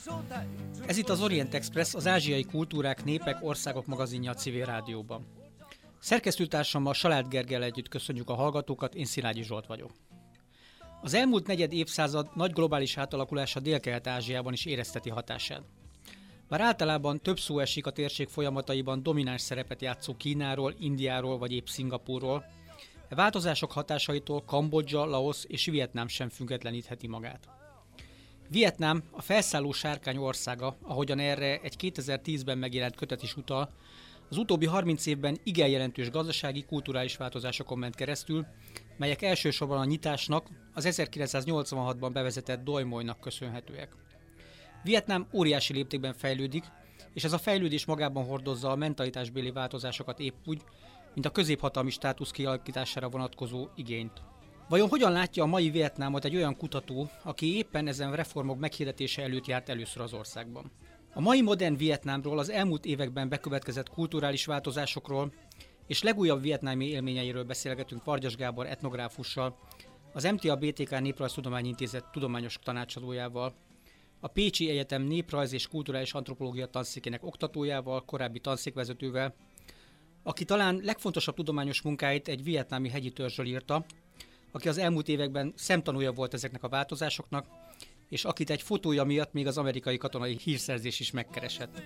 Ez itt az Orient Express, az ázsiai kultúrák, népek, országok magazinja a civil rádióban. Szerkesztőtársammal Salád Gergelyel együtt köszönjük a hallgatókat, én Szilágyi Zsolt vagyok. Az elmúlt negyed évszázad nagy globális átalakulása Dél-Kelet-Ázsiában is érezteti hatását. Bár általában több szó esik a térség folyamataiban domináns szerepet játszó Kínáról, Indiáról vagy épp Szingapúrról, a változások hatásaitól Kambodzsa, Laosz és Vietnám sem függetlenítheti magát. Vietnám a felszálló sárkány országa, ahogyan erre egy 2010-ben megjelent kötet is utal, az utóbbi 30 évben igen jelentős gazdasági, kulturális változásokon ment keresztül, melyek elsősorban a nyitásnak, az 1986-ban bevezetett Doi Moi-nak köszönhetőek. Vietnám óriási léptékben fejlődik, és ez a fejlődés magában hordozza a mentalitásbéli változásokat épp úgy, mint a középhatalmi státusz kialakítására vonatkozó igényt. Vajon hogyan látja a mai Vietnámot egy olyan kutató, aki éppen ezen reformok meghirdetése előtt járt először az országban? A mai modern Vietnámról, az elmúlt években bekövetkezett kulturális változásokról és legújabb vietnámi élményeiről beszélgetünk Vargyas Gábor etnográfussal, az MTA BTK Néprajztudományi Intézet tudományos tanácsadójával, a Pécsi Egyetem Néprajz és Kulturális Antropológia tanszékének oktatójával, korábbi tanszékvezetővel, aki talán legfontosabb tudományos munkáit egy vietnámi hegyi törzsről írta, aki az elmúlt években szemtanúja volt ezeknek a változásoknak, és akit egy fotója miatt még az amerikai katonai hírszerzés is megkeresett.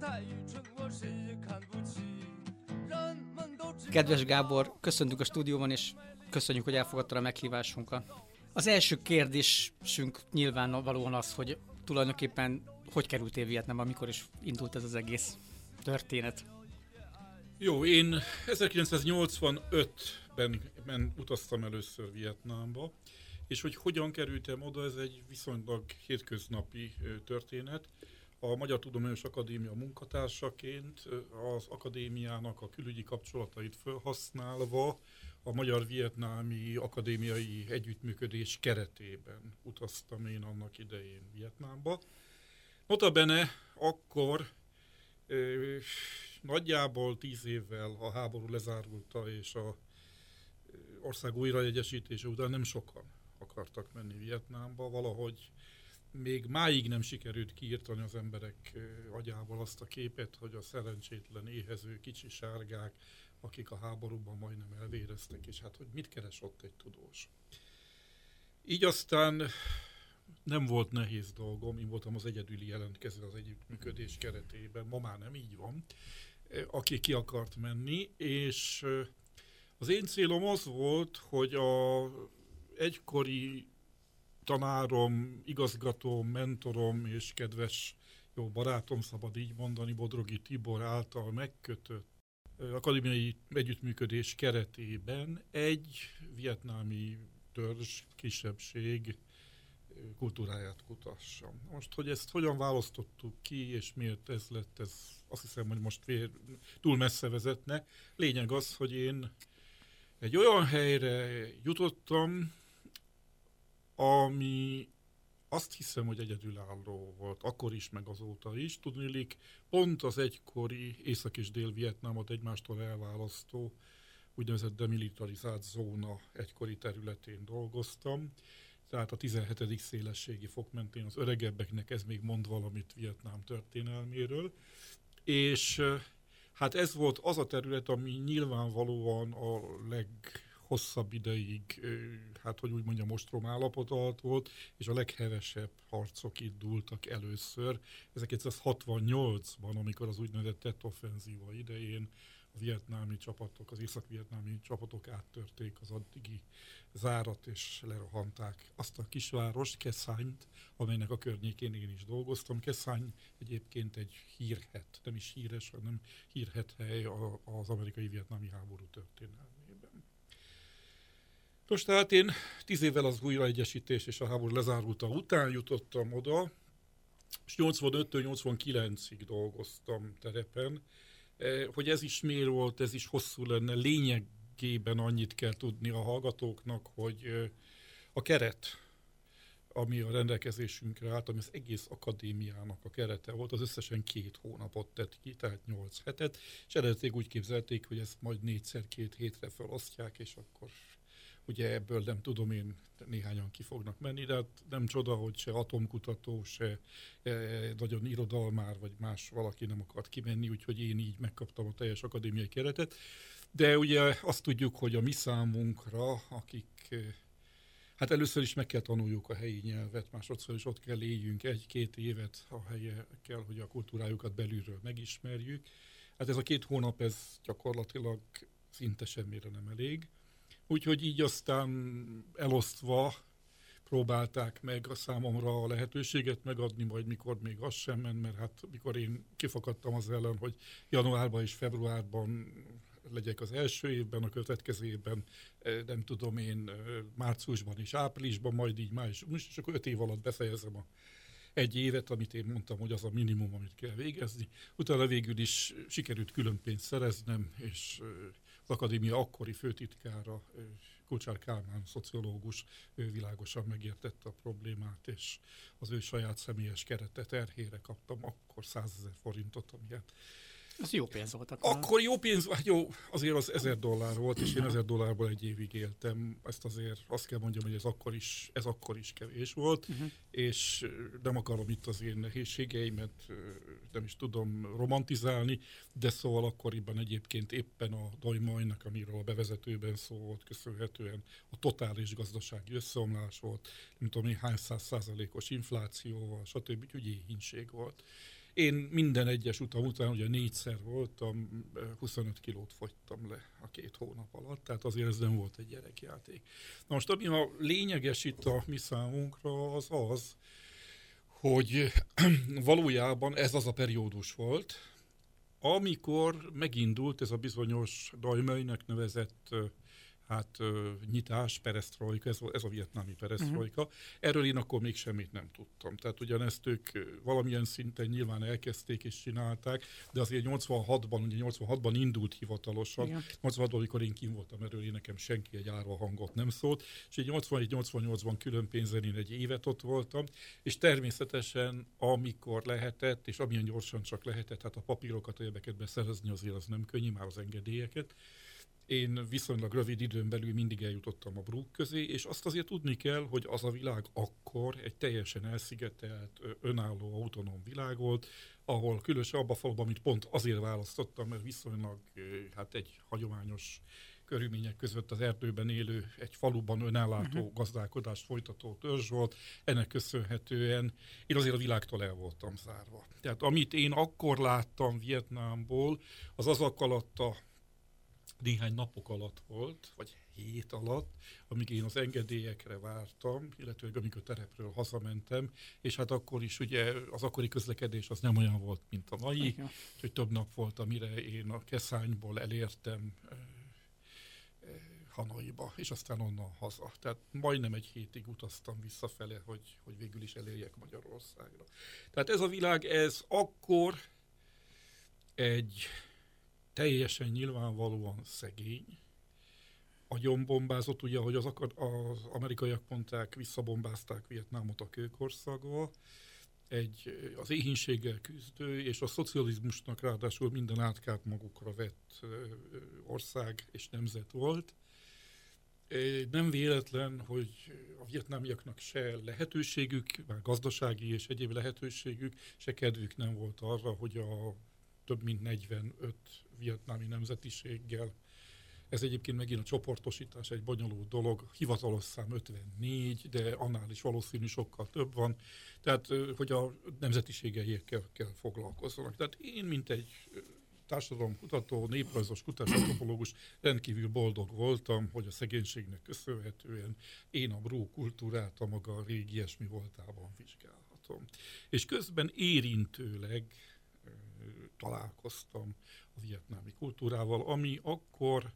Kedves Gábor, köszöntünk a stúdióban, és köszönjük, hogy elfogadtad a meghívásunkat. Az első kérdésünk nyilvánvalóan az, hogy tulajdonképpen hogy kerültél Vietnámba, amikor is indult ez az egész történet? Jó, én 1985-ben utaztam először Vietnámba, és hogy hogyan kerültem oda, ez egy viszonylag hétköznapi történet. A Magyar Tudományos Akadémia munkatársaként az akadémiának a külügyi kapcsolatait felhasználva a Magyar-Vietnámi Akadémiai Együttműködés keretében utaztam én annak idején Vietnámba. Notabene akkor nagyjából 10 évvel a háború lezárulta, és az ország újraegyesítése után nem sokan akartak menni Vietnámba. Valahogy még máig nem sikerült kiirtani az emberek agyából azt a képet, hogy a szerencsétlen, éhező, kicsi sárgák, akik a háborúban majdnem elvéreztek, és hát hogy mit keres ott egy tudós. Így aztán nem volt nehéz dolgom, én voltam az egyedüli jelentkező az együttműködés keretében, ma már nem így van, aki ki akart menni, és az én célom az volt, hogy a egykori tanárom, igazgatóm, mentorom és kedves jó barátom, szabad így mondani, Bodrogi Tibor által megkötött akadémiai együttműködés keretében egy vietnámi törzs, kisebbség kultúráját kutassam. Most, hogy ezt hogyan választottuk ki, és miért ez lett, ez azt hiszem, hogy most túl messze vezetne. Lényeg az, hogy én egy olyan helyre jutottam, ami azt hiszem, hogy egyedülálló volt, akkor is, meg azóta is. Tudniillik, pont az egykori Észak- és Dél-Vietnámot egymástól elválasztó úgynevezett demilitarizált zóna egykori területén dolgoztam. Tehát a 17. szélességi fok mentén az öregebbeknek ez még mond valamit Vietnám történelméről. És hát ez volt az a terület, ami nyilvánvalóan a leghosszabb ideig, hát hogy úgy mondjam, ostrom állapot alatt volt, és a leghevesebb harcok itt dúltak először. 1968-ban, amikor az úgynevezett Tet offenzíva idején a vietnámi csapatok, az észak-vietnámi csapatok áttörték az addigi zárat, és lerohanták azt a kisvárost, Ke Sanh-t, amelynek a környékén én is dolgoztam. Ke Sanh egyébként egy hírhedt, nem is híres, hanem hírhedt hely az amerikai-vietnámi háború történelmében. Most tehát én 10 évvel az újraegyesítés és a háború lezárulta után jutottam oda, és 85-től 89-ig dolgoztam terepen. Hogy ez is miért volt, ez is hosszú lenne, lényegében annyit kell tudni a hallgatóknak, hogy a keret, ami a rendelkezésünkre állt, ami az egész akadémiának a kerete volt, az összesen 2 hónapot tett ki, tehát 8 hetet, és eredetileg úgy képzelték, hogy ezt majd 4x2 hétre felosztják, és akkor ugye ebből nem tudom én, néhányan ki fognak menni, de hát nem csoda, hogy se atomkutató, se nagyon irodalmár, vagy más valaki nem akart kimenni, úgyhogy én így megkaptam a teljes akadémiai keretet. De ugye azt tudjuk, hogy a mi számunkra, akik hát először is meg kell tanuljuk a helyi nyelvet, másodszor is ott kell éljünk 1-2 évet a helyekkel, hogy a kultúrájukat belülről megismerjük. Hát ez a 2 hónap, ez gyakorlatilag szinte semmire nem elég. Úgyhogy így aztán elosztva próbálták meg a számomra a lehetőséget megadni, majd mikor még az sem ment, mert hát mikor én kifakadtam az ellen, hogy januárban és februárban legyek az első évben, a következő évben, nem tudom én, márciusban és áprilisban, majd így május, és akkor 5 év alatt befejezem a 1 évet, amit én mondtam, hogy az a minimum, amit kell végezni. Utána végül is sikerült külön pénzt szereznem, és az akadémia akkori főtitkára, Kocsár Kálmán szociológus, ő világosan megértette a problémát, és az ő saját személyes kerete terhére kaptam akkor 100 000 forintot, ami hát az jó pénz volt akkor. Akkor jó pénz, hát jó, azért az $1000 volt, és én $1000 1 évig éltem. Ezt azért azt kell mondjam, hogy ez akkor is kevés volt, és nem akarom itt az én nehézségeimet, nem is tudom romantizálni, de szóval akkoriban egyébként éppen a Dajmajnak, amiről a bevezetőben szó volt, köszönhetően a totális gazdasági összeomlás volt, nem tudom én hány 100%-os inflációval, stb. Úgyhogy éhínség volt. Én minden egyes utam után, ugye 4-szer voltam, 25 kilót fogytam le a 2 hónap alatt, tehát azért ez nem volt egy gyerekjáték. Na most, ami a lényeges itt a mi számunkra, az az, hogy valójában ez az a periódus volt, amikor megindult ez a bizonyos Dajmainak nevezett nyitás, peresztrojka, ez a vietnámi peresztrojka. Erről én akkor még semmit nem tudtam. Tehát ugyanezt ők valamilyen szinten nyilván elkezdték és csinálták, de azért 86-ban indult hivatalosan. Igen. 86-ban, amikor én kim voltam erről, én nekem senki egy árva hangot nem szólt, és így 87-88-ban külön pénzen én 1 évet ott voltam, és természetesen amikor lehetett, és amilyen gyorsan csak lehetett, hát a papírokat, egyebeket beszerezni azért az nem könnyű, már az engedélyeket. Én viszonylag rövid időn belül mindig eljutottam a Brugg közé, és azt azért tudni kell, hogy az a világ akkor egy teljesen elszigetelt, önálló, autonóm világ volt, ahol különösen abban a faluban, amit pont azért választottam, mert viszonylag egy hagyományos körülmények között az erdőben élő, egy faluban önellátó gazdálkodást folytató törzs volt. Ennek köszönhetően én azért a világtól el voltam zárva. Tehát amit én akkor láttam Vietnámból, az azok alatt a néhány napok alatt volt, vagy hét alatt, amíg én az engedélyekre vártam, illetve amikor terepről hazamentem, és hát akkor is ugye az akkori közlekedés az nem olyan volt, mint a mai, úgyhogy több nap volt, amire én a Keszányból elértem Hanoiba, és aztán onnan haza. Tehát majdnem 1 hétig utaztam visszafele, hogy végül is elérjek Magyarországra. Tehát ez a világ, ez akkor egy teljesen nyilvánvalóan szegény, agyonbombázott, ugye, ahogy az amerikaiak mondták, visszabombázták Vietnámot a kőkorszakba, az éhínséggel küzdő, és a szocializmusnak ráadásul minden átkát magukra vett ország és nemzet volt. Nem véletlen, hogy a vietnámiaknak se lehetőségük, már gazdasági és egyéb lehetőségük, se kedvük nem volt arra, hogy a több mint 45 vietnámi nemzetiséggel. Ez egyébként megint a csoportosítás egy bonyolult dolog, hivatalos szám 54, de annál is valószínű sokkal több van, tehát hogy a nemzetiségeiekkel kell foglalkozzanak. Tehát én, mint egy társadalomkutató, néprajzos kutatásantropológus rendkívül boldog voltam, hogy a szegénységnek köszönhetően én a Brugg kultúrát a maga régi ilyesmi voltában vizsgálhatom. És közben érintőleg találkoztam a vietnámi kultúrával, ami akkor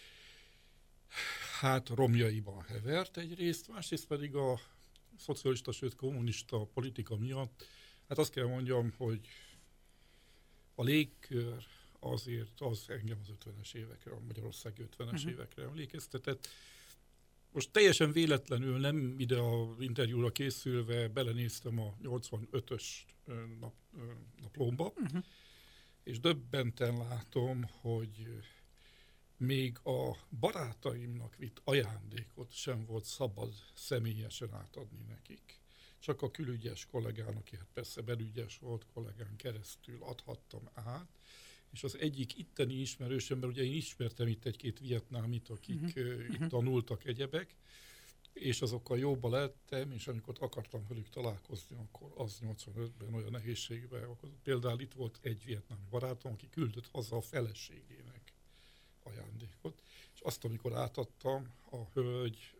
romjaiban hevert egyrészt, másrészt pedig a szocialista, sőt kommunista politika miatt, hát azt kell mondjam, hogy a légkör azért az engem az 50-es évekre, a Magyarország 50-es évekre emlékeztetett. Most teljesen véletlenül, nem ide az interjúra készülve belenéztem a 85-ös naplómba, és döbbenten látom, hogy még a barátaimnak vitt ajándékot sem volt szabad személyesen átadni nekik. Csak a külügyes kollégán, aki hát persze belügyes volt kollégán keresztül adhattam át, és az egyik itteni ismerősöm, mert ugye én ismertem itt egy-két vietnámit, akik itt tanultak egyebek, és azokkal jóba lettem, és amikor akartam velük találkozni, akkor az 85-ben olyan nehézségben, akkor például itt volt egy vietnámi barátom, aki küldött haza a feleségének ajándékot, és azt, amikor átadtam, a hölgy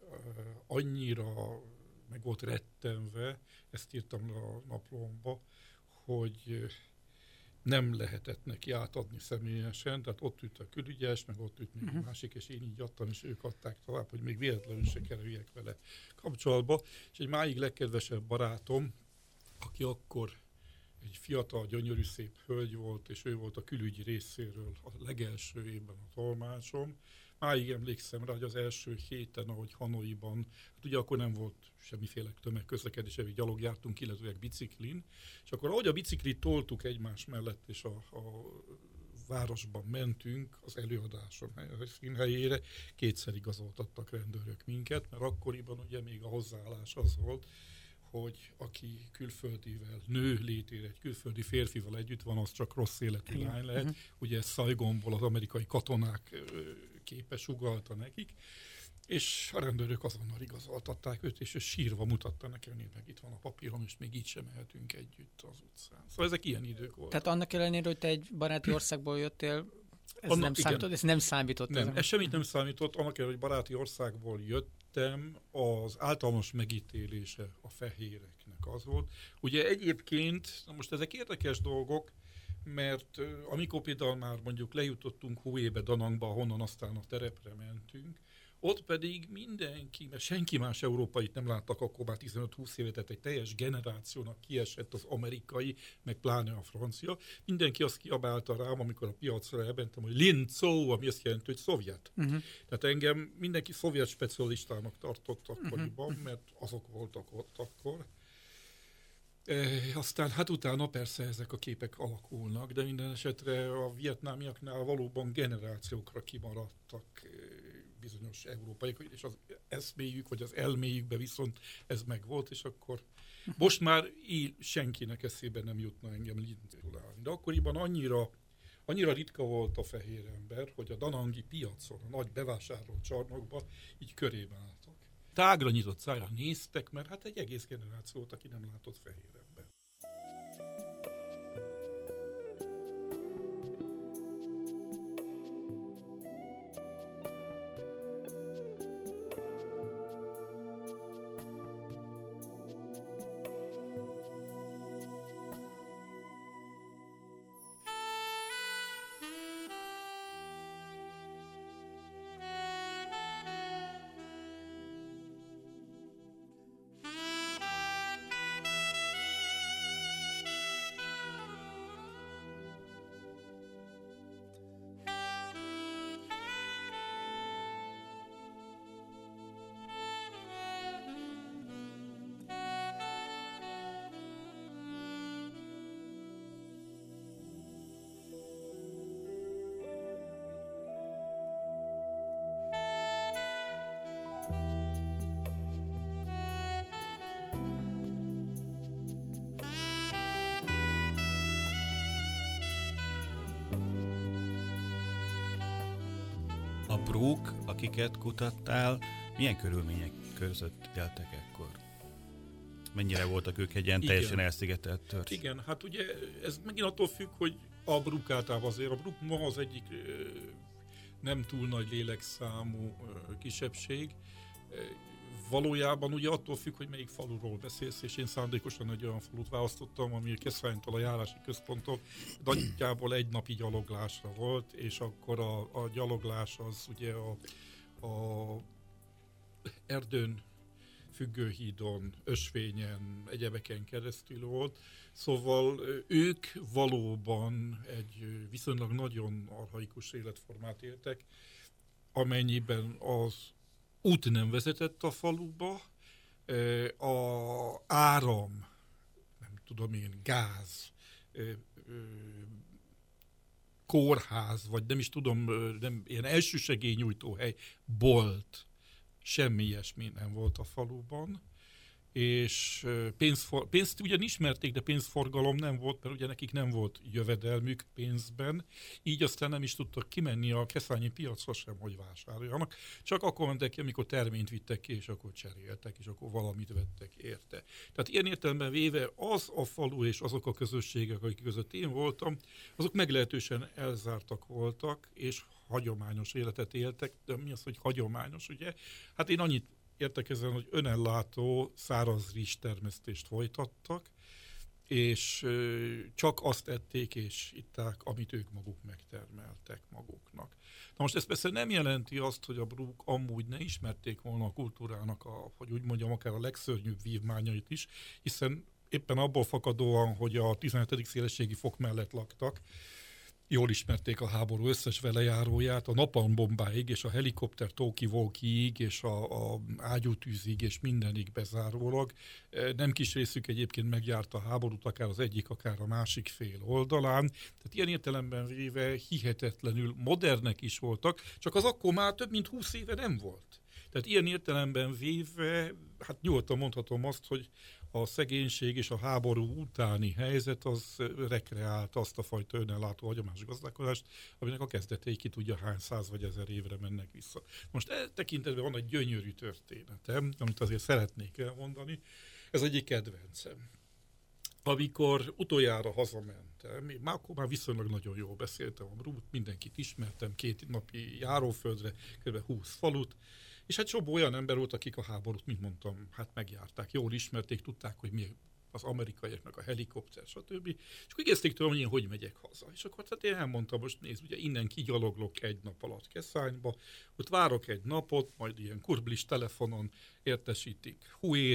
annyira meg volt rettenve, ezt írtam a naplomba, hogy nem lehetett neki átadni személyesen, tehát ott ült a külügyes, meg ott ült még a másik, és én így adtam, és ők adták tovább, hogy még véletlenül se kerüljek vele kapcsolatba. És egy máig legkedvesebb barátom, aki akkor egy fiatal, gyönyörű, szép hölgy volt, és ő volt a külügyi részéről a legelső évben a tolmácsom. Máig emlékszem rá, hogy az első héten, ahogy Hanoiban, hát ugye akkor nem volt semmiféle tömegközlekedés, hogy gyalog jártunk, illetve biciklin, és akkor ahogy a biciklit toltuk egymás mellett, és a városban mentünk az előadáson színhelyére, kétszer igazoltattak rendőrök minket, mert akkoriban ugye még a hozzáállás az volt, hogy aki külföldivel, nő létére egy külföldi férfival együtt van, az csak rossz életű lány lehet. Ugye Saigonból az amerikai katonák képe sugallta nekik, és a rendőrök azonnal igazoltatták őt, és ő sírva mutatta nekem, hogy meg itt van a papírom, és még így sem mehetünk együtt az utcán. Szóval ezek ilyen idők voltak. Tehát annak ellenére, hogy te egy baráti országból jöttél, ez nem számított? Nem, ez semmit nem számított. Annak ellenére, hogy baráti országból jöttem, az általános megítélése a fehéreknek az volt. Ugye egyébként, na most ezek érdekes dolgok, mert amikor például már mondjuk lejutottunk Huébe, Danangba, honnan aztán a terepre mentünk, ott pedig mindenki, mert senki más európait nem láttak akkor már 15-20 évet, tehát egy teljes generációnak kiesett az amerikai, meg pláne a francia. Mindenki azt kiabálta rám, amikor a piacra elmentem, hogy Lin Zhou, ami azt jelenti, hogy szovjet. Tehát engem mindenki szovjet specialistának tartott akkoriban, mert azok voltak ott akkor. Aztán hát utána persze ezek a képek alakulnak, de minden esetre a vietnámiaknál valóban generációkra kimaradtak bizonyos európaiak, és az eszméjük, vagy az elméjükbe viszont ez megvolt, és akkor most már senkinek eszébe nem jutna engem lincoln. De akkoriban annyira ritka volt a fehér ember, hogy a danangi piacon, a nagy bevásárló csarnokban így körébe álltak. Tágra nyitott szájra néztek, mert hát egy egész generáció volt, aki nem látott fehér ember. A brók, akiket kutattál, milyen körülmények között éltek ekkor? Mennyire voltak ők egy ilyen teljesen elszigetelt törzs? Igen, hát ugye ez megint attól függ, hogy a bruk általában azért. A bruk ma az egyik nem túl nagy lélekszámú kisebbség. Valójában ugye attól függ, hogy melyik faluról beszélsz, és én szándékosan egy olyan falut választottam, ami Keszványtól a járási központtól nagyjából egy napi gyaloglásra volt, és akkor a gyaloglás az ugye a erdőn, Függőhídon, Ösvényen, egyebeken keresztül volt. Szóval ők valóban egy viszonylag nagyon archaikus életformát éltek, amennyiben az út nem vezetett a faluba, a áram, nem tudom én, gáz, kórház, vagy nem is tudom, nem, ilyen elsősegélynyújtó hely, bolt, semmi ilyesmi nem volt a faluban, és pénzt ugyan ismerték, de pénzforgalom nem volt, mert ugye nekik nem volt jövedelmük pénzben, így aztán nem is tudtak kimenni a keszányi piacra sem, hogy vásároljanak. Csak akkor mentek ki, amikor terményt vittek ki, és akkor cseréltek, és akkor valamit vettek érte. Tehát ilyen értelemben véve az a falu és azok a közösségek, akik között én voltam, azok meglehetősen elzártak voltak, és hagyományos életet éltek. De mi az, hogy hagyományos, ugye? Hát én annyit értek ezen, hogy önellátó száraz rizstermesztést folytattak, és csak azt ették és itták, amit ők maguk megtermeltek maguknak. Na most ez persze nem jelenti azt, hogy a Bruk amúgy ne ismerték volna a kultúrának, hogy úgy mondjam, akár a legszörnyűbb vívmányait is, hiszen éppen abból fakadóan, hogy a 17. szélességi fok mellett laktak, jól ismerték a háború összes velejáróját, a napalmbombáig, és a helikopter talkie-walkie-ig, és a ágyútűzig, és mindenig bezárólag. Nem kis részük egyébként megjárta a háborút, akár az egyik, akár a másik fél oldalán. Tehát ilyen értelemben véve hihetetlenül modernek is voltak, csak az akkor már több mint 20 éve nem volt. Tehát ilyen értelemben véve, hát nyugodtan mondhatom azt, hogy a szegénység és a háború utáni helyzet az rekreált azt a fajta önellátó hagyományos gazdálkodást, aminek a kezdetei ki tudja hány 100 vagy 1000 évre mennek vissza. Most tekintetben van egy gyönyörű történetem, amit azért szeretnék elmondani. Ez egyik kedvencem. Amikor utoljára hazamentem, már viszonylag nagyon jól beszéltem a Brút, mindenkit ismertem, 2 napi járóföldre, kb. 20 falut, és hát sok olyan ember volt, akik a háborút, mint mondtam, hát megjárták, jól ismerték, tudták, hogy mi az amerikaiaknak a helikopter, stb. És akkor igazték tőlem, hogy hogy megyek haza. És akkor hát én elmondtam, most nézd, ugye innen kigyaloglok 1 nap alatt Keszányba, ott várok 1 napot, majd ilyen kurblis telefonon értesítik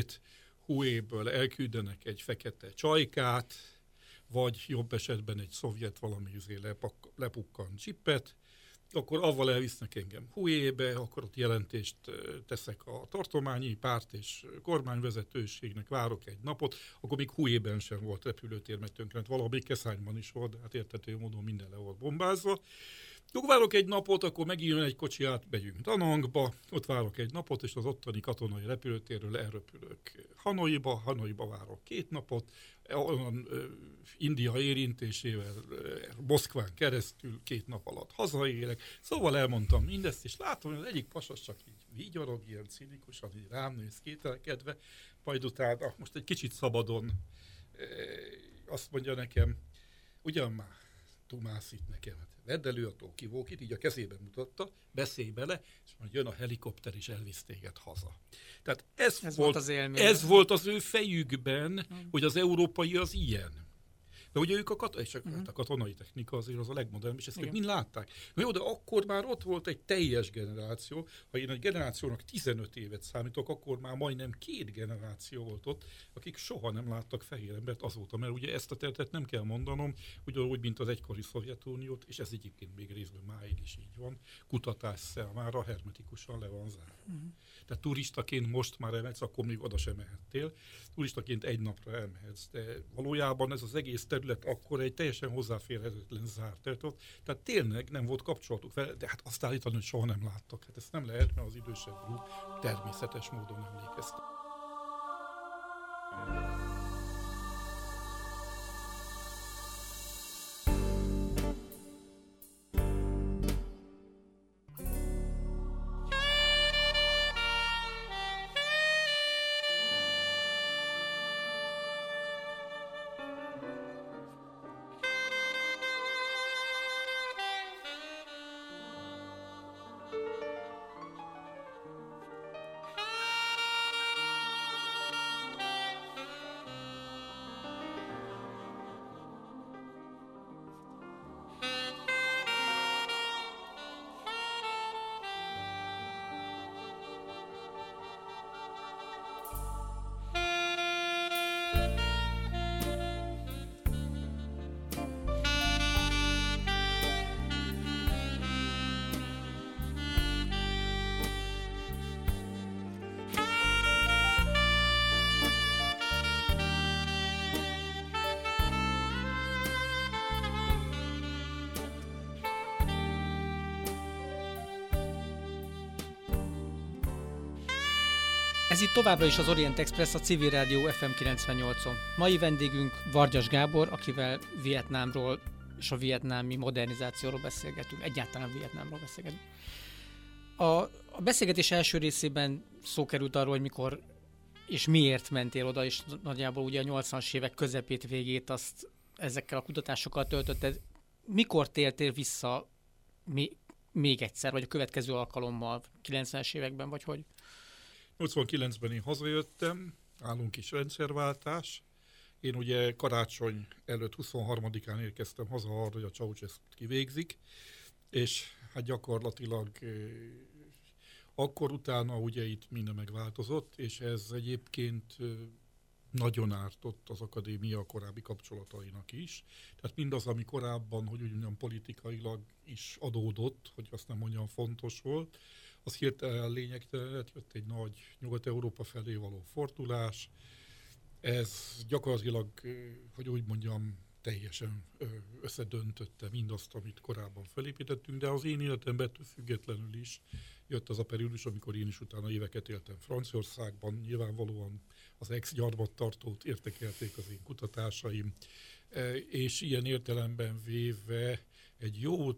Huéből elküldenek egy fekete csajkát, vagy jobb esetben egy szovjet valami lepukkant csipet, akkor avval elvisznek engem Huébe, akkor ott jelentést teszek a tartományi párt és kormányvezetőségnek, várok 1 napot, akkor még Huében sem volt repülőtér, mert tönkrement, valami Keszányban is volt, de hát érthető módon minden le volt bombázva. Akkor várok 1 napot, akkor megint egy kocsi át, megyünk Danangba, ott várok 1 napot, és az ottani katonai repülőtérről elröpülök Hanoiba várok 2 napot, olyan India érintésével Moszkván keresztül 2 nap alatt hazaérek. Szóval elmondtam mindezt, és látom, hogy az egyik pasas csak így vigyorog, ilyen cinikusan, így rám néz kételkedve, majd utána most egy kicsit szabadon azt mondja nekem, ugyan már Tumász itt nekem, vedd elő a talkie-walkie-t, így a kezében mutatta, beszélj bele, és majd jön a helikopter, és elvisz téged haza. Tehát ez volt az élmény. Ez volt az ő fejükben, hogy az európai az ilyen. De ugye ők a katonai technika azért az a legmodernebb, és ezt ők mind látták. Na jó, de akkor már ott volt egy teljes generáció, ha én egy generációnak 15 évet számítok, akkor már majdnem 2 generáció volt ott, akik soha nem láttak fehér embert azóta, mert ugye ezt a területet nem kell mondanom, ugyanúgy, mint az egykori Szovjetuniót, és ez egyébként még részben máig is így van, kutatás számára hermetikusan le van zárva. Tehát turistaként most már elmehetsz, akkor még oda sem mehettél. Turistaként 1 napra elmehetsz, de valójában ez az egész terület akkor egy teljesen hozzáférhetetlen zárt terület. Tehát tényleg nem volt kapcsolatuk vele, de hát azt állítani, hogy soha nem láttak. Hát ezt nem lehet, mert az idősebb Bruk természetes módon emlékeztek. Ez itt továbbra is az Orient Express, a Civil Rádió FM 98-on. Mai vendégünk Vargyas Gábor, akivel Vietnámról és a vietnámi modernizációról beszélgetünk. Egyáltalán Vietnámról beszélgetünk. A beszélgetés első részében szó került arról, hogy mikor és miért mentél oda, és nagyjából ugye a 80-as évek közepét, végét azt ezekkel a kutatásokkal töltötted. Mikor tértél vissza még egyszer, vagy a következő alkalommal, 90-es években, vagy hogy? 89-ben én hazajöttem, állunk is rendszerváltás. Én ugye karácsony előtt 23-án érkeztem haza arra, hogy a Ceausescu kivégzik, és hát gyakorlatilag akkor utána ugye itt minden megváltozott, és ez egyébként nagyon ártott az akadémia korábbi kapcsolatainak is. Tehát mindaz, ami korábban, hogy úgy mondjam, politikailag is adódott, hogy azt nem mondjam fontos volt, az hirtelen lényegtelen lett, jött egy nagy Nyugat-Európa felé való fordulás. Ez gyakorlatilag, hogy úgy mondjam, teljesen összedöntötte mindazt, amit korábban felépítettünk, de az én életemben ettől függetlenül is jött az a periódus, amikor én is utána éveket éltem Franciaországban, nyilvánvalóan az ex-gyarmattartót értékelték az én kutatásaim, és ilyen értelemben véve egy jó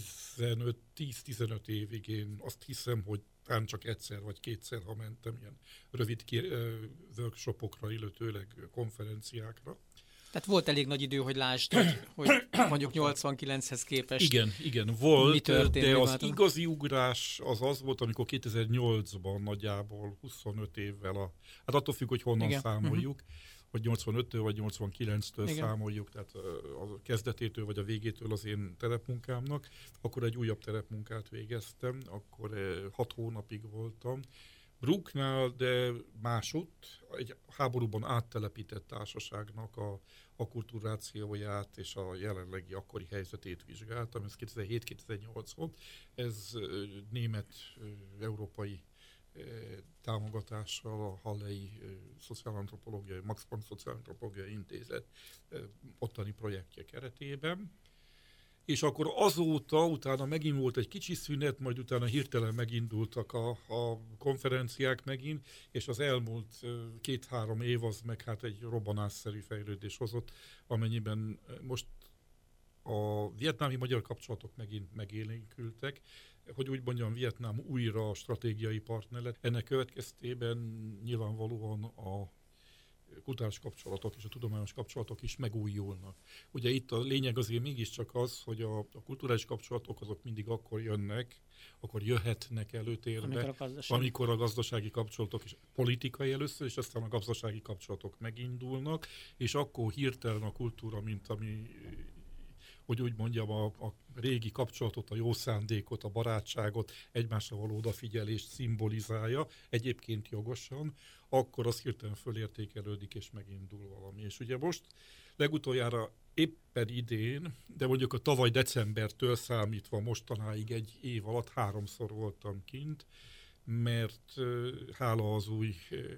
10-15 évig én azt hiszem, hogy talán csak egyszer vagy kétszer, ha mentem ilyen rövid workshopokra, illetőleg konferenciákra. Tehát volt elég nagy idő, hogy lásd, hogy mondjuk 89-hez képest Igen, volt, mi történt, de az igazi ugrás az volt, amikor 2008-ban nagyjából 25 évvel, hát attól függ, hogy honnan számoljuk, hogy 85-től vagy 89-től számoljuk, tehát a kezdetétől vagy a végétől az én terepmunkámnak, akkor egy újabb terepmunkát végeztem, akkor 6 hónapig voltam Brooknál, de másutt, egy háborúban áttelepített társaságnak a kulturációját és a jelenlegi akkori helyzetét vizsgáltam, ez 2007-2008 volt, ez német-európai támogatással a Hallei Szociálantropológiai, Max Planck Szociálantropológiai Intézet ottani projektje keretében. És akkor azóta, utána megint volt egy kicsi szünet, majd utána hirtelen megindultak a konferenciák megint, és az elmúlt 2-3 év az meg hát egy robbanásszerű fejlődés hozott, amennyiben most a vietnámi magyar kapcsolatok megint megélénkültek, hogy úgy mondjam, Vietnám újra stratégiai partner lett. Ennek következtében nyilvánvalóan a kulturális kapcsolatok és a tudományos kapcsolatok is megújulnak. Ugye itt a lényeg azért mégiscsak az, hogy a kulturális kapcsolatok azok mindig akkor jönnek, akkor jöhetnek előtérbe, amikor a gazdasági kapcsolatok és politikai először, és aztán a gazdasági kapcsolatok megindulnak, és akkor hirtelen a kultúra, mint ami, hogy úgy mondjam, a régi kapcsolatot, a jó szándékot, a barátságot, egymásra való odafigyelést szimbolizálja, egyébként jogosan, akkor az hirtelen fölértékelődik, és megindul valami. És ugye most legutoljára éppen idén, de mondjuk a tavaly decembertől számítva mostanáig egy év alatt 3-szor voltam kint, mert hála az új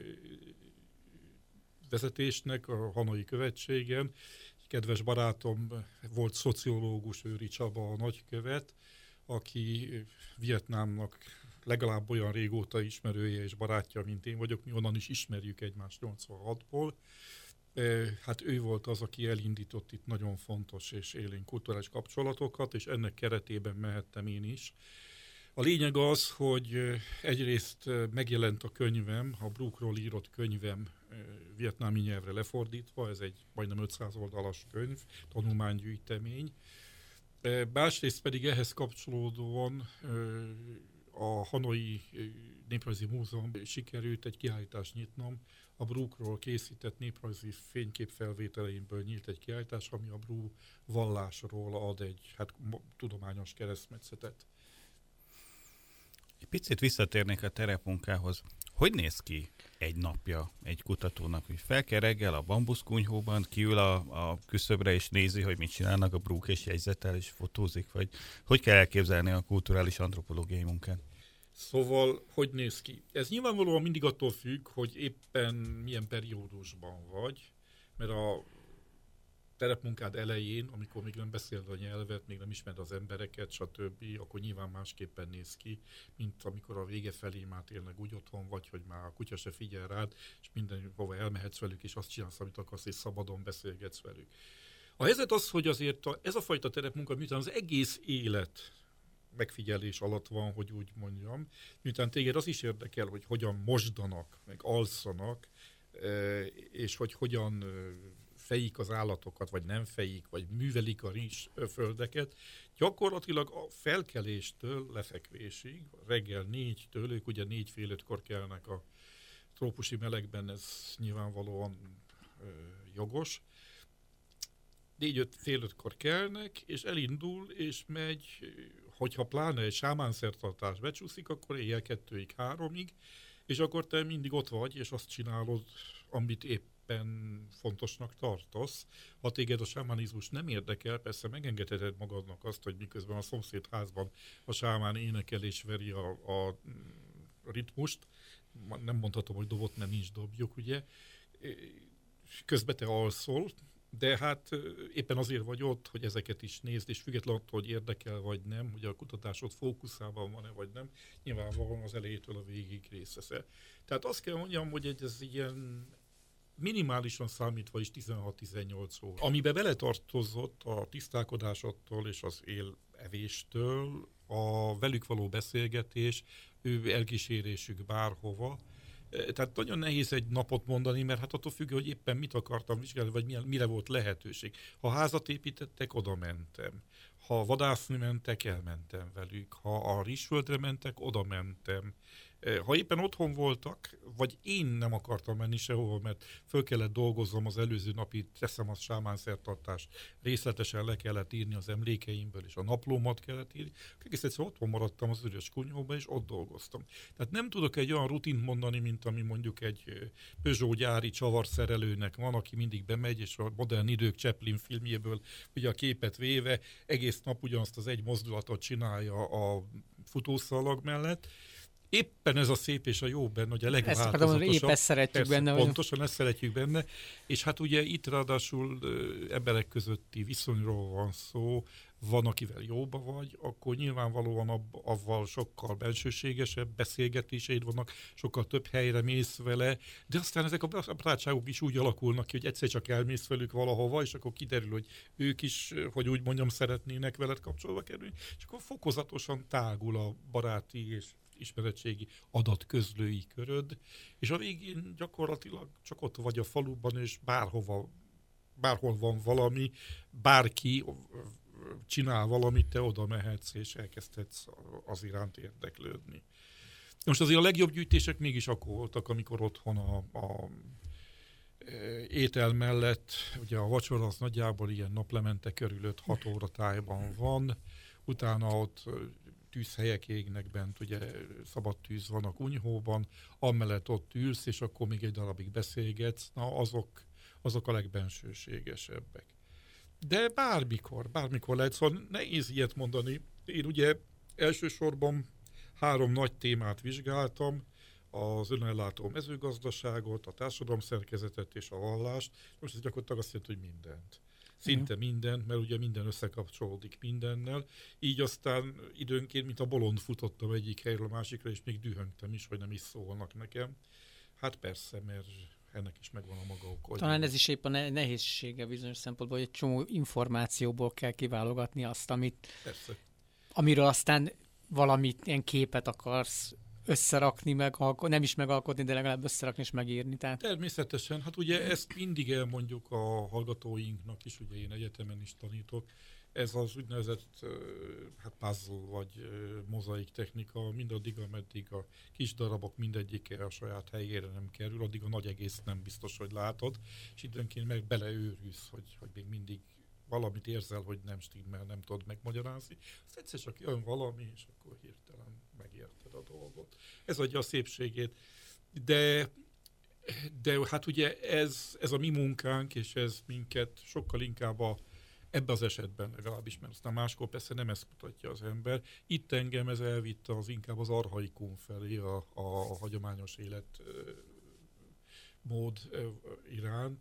vezetésnek, a Hanoi követségen, kedves barátom volt szociológus, Őri Csaba, a nagykövet, aki Vietnámnak legalább olyan régóta ismerője és barátja, mint én vagyok, mi onnan is ismerjük egymást 86-ból. Hát ő volt az, aki elindított itt nagyon fontos és élénk kulturális kapcsolatokat, és ennek keretében mehettem én is. A lényeg az, hogy egyrészt megjelent a könyvem, a Brookról írott könyvem vietnámi nyelvre lefordítva, ez egy majdnem 500 oldalas könyv, tanulmánygyűjtemény. Másrészt pedig ehhez kapcsolódóan a Hanoi Néprajzi Múzeum sikerült egy kiállítást nyitnom. A Brookról készített néprajzi fényképfelvételeimből nyílt egy kiállítás, ami a Brook vallásról ad egy tudományos keresztmetszetet. Egy picit visszatérnék a terepmunkához. Hogy néz ki egy napja egy kutatónak, hogy fel kell reggel a bambuszkunyhóban, kiül a küszöbre és nézi, hogy mit csinálnak a Brook, és jegyzetel, és fotózik, vagy hogy kell elképzelni a kulturális antropológiai munkát? Szóval, hogy néz ki? Ez nyilvánvalóan mindig attól függ, hogy éppen milyen periódusban vagy, mert terepmunkád elején, amikor még nem beszéled a nyelvet, még nem ismered az embereket, stb., akkor nyilván másképpen néz ki, mint amikor a vége felé már tényleg úgy otthon vagy, hogy már a kutya se figyel rád, és mindenhova elmehetsz velük, és azt csinálsz, amit akarsz, és szabadon beszélgetsz velük. A helyzet az, hogy azért ez a fajta terepmunka, miután az egész élet megfigyelés alatt van, hogy úgy mondjam, miután téged az is érdekel, hogy hogyan mosdanak, meg alszanak, és hogy hogyan fejik az állatokat, vagy nem fejik, vagy művelik a rizsföldeket. Gyakorlatilag a felkeléstől lefekvésig, reggel 4-től, ők ugye 4-4:30-kor kelnek a trópusi melegben, ez nyilvánvalóan jogos. 4-5-4:30-kor kelnek, és elindul, és megy, hogyha pláne egy sámánszertartás becsúszik, akkor éjjel 2-3-ig, és akkor te mindig ott vagy, és azt csinálod, amit éppen fontosnak tartasz. Ha téged a sámánizmus nem érdekel, persze megengedheted magadnak azt, hogy miközben a szomszédházban a sámán énekel és veri a ritmust, nem mondhatom, hogy dobot, mert nincs dobjuk, ugye, közben te alszol, de hát éppen azért vagy ott, hogy ezeket is nézd, és függetlenül attól, hogy érdekel vagy nem, hogy a kutatásod fókuszában van-e vagy nem, nyilvánvalóan az elejétől a végig részt veszel. Tehát azt kell mondjam, hogy ez ilyen minimálisan számítva is 16-18 óra. Amiben beletartozott a tisztálkodásottól és az élevéstől a velük való beszélgetés, ő elkísérésük bárhova. Tehát nagyon nehéz egy napot mondani, mert hát attól függ, hogy éppen mit akartam vizsgálni, vagy mire volt lehetőség. Ha házat építettek, oda mentem. Ha vadászni mentek, elmentem velük. Ha a rizsföldre mentek, oda mentem. Ha éppen otthon voltak, vagy én nem akartam menni sehova, mert föl kellett dolgoznom az előző napi, teszem az sámánszertartást, részletesen le kellett írni az emlékeimből, és a naplómat kellett írni, egész egyszerűen otthon maradtam az Üres Kunyhóban, és ott dolgoztam. Tehát nem tudok egy olyan rutint mondani, mint ami mondjuk egy Peugeot gyári csavarszerelőnek van, aki mindig bemegy, és a Modern idők Chaplin filmjéből ugye a képet véve egész nap ugyanazt az egy mozdulatot csinálja a futószalag mellett. Éppen ez a szép és a jó benne, hogy a legváltozatosabb. Épp ezt szeretjük benne. Pontosan ezt szeretjük benne. És hát ugye itt ráadásul emberek közötti viszonyról van szó, van, akivel jóba vagy, akkor nyilvánvalóan avval sokkal bensőségesebb beszélgetéseid vannak, sokkal több helyre mész vele, de aztán ezek a barátságok is úgy alakulnak ki, hogy egyszer csak elmész velük valahova, és akkor kiderül, hogy ők is, hogy úgy mondjam, szeretnének veled kapcsolatba kerülni, és akkor fokozatosan tágul a baráti és ismeretségi adatközlői köröd, és a végén gyakorlatilag csak ott vagy a faluban, és bárhol van valami, bárki csinál valamit, te oda mehetsz, és elkezdhetsz az iránt érdeklődni. Most azért a legjobb gyűjtések mégis akkor voltak, amikor otthon a étel mellett, ugye a vacsora az nagyjából ilyen naplemente körül 5-6 óra tájban van, utána ott tűzhelyek égnek bent, ugye szabad tűz van a kunyhóban, amellett ott ülsz, és akkor még egy darabig beszélgetsz, na azok a legbensőségesebbek. De bármikor lehet, szóval nehéz ilyet mondani. Én ugye elsősorban 3 nagy témát vizsgáltam, az önellátó mezőgazdaságot, a társadalomszerkezetet és a vallást. Most ez gyakorlatilag azt jelenti, hogy mindent. Szinte mindent, mert ugye minden összekapcsolódik mindennel. Így aztán időnként, mint a bolond futottam egyik helyről a másikra, és még dühöngtem is, hogy nem is szólnak nekem. Hát persze, mert ennek is megvan a maga oka. Talán ez is épp a nehézsége bizonyos szempontból, hogy egy csomó információból kell kiválogatni azt, amiről aztán valamit, ilyen képet akarsz összerakni, nem is megalkotni, de legalább összerakni és megírni. Tehát... Természetesen. Hát ugye ezt mindig elmondjuk a hallgatóinknak is, ugye én egyetemen is tanítok. Ez az úgynevezett puzzle vagy mozaik technika, mindaddig, ameddig a kis darabok mindegyike a saját helyére nem kerül, addig a nagy egész nem biztos, hogy látod, és időnként meg beleőrülsz, hogy még mindig valamit érzel, hogy nem stimmel, nem tudod megmagyarázni. Azt egyszer csak jön valami, és akkor hirtelen megérted a dolgot. Ez adja a szépségét. De hát ugye ez a mi munkánk, és ez minket sokkal inkább ebben az esetben legalábbis, mert aztán máskor persze nem ezt mutatja az ember. Itt engem ez elvitte inkább az archaikum felé, a hagyományos életmód iránt,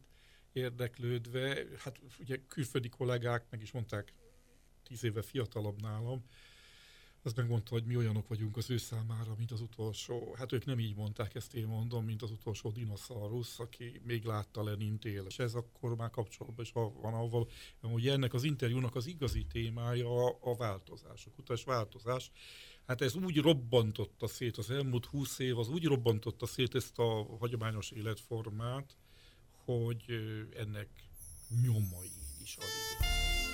érdeklődve. Hát ugye külföldi kollégák meg is mondták, 10 éve fiatalabb nálam, azt megmondta, hogy mi olyanok vagyunk az ő számára, mint az utolsó. Hát ők nem így mondták, ezt én mondom, mint az utolsó dinoszaurusz, aki még látta Lenint él. És ez akkor már kapcsolatban is van avval, hogy ennek az interjúnak az igazi témája a változás, a kutatás változás. Hát ez úgy robbantotta szét, az elmúlt 20 év az úgy robbantotta szét ezt a hagyományos életformát, hogy ennek nyomai is alig.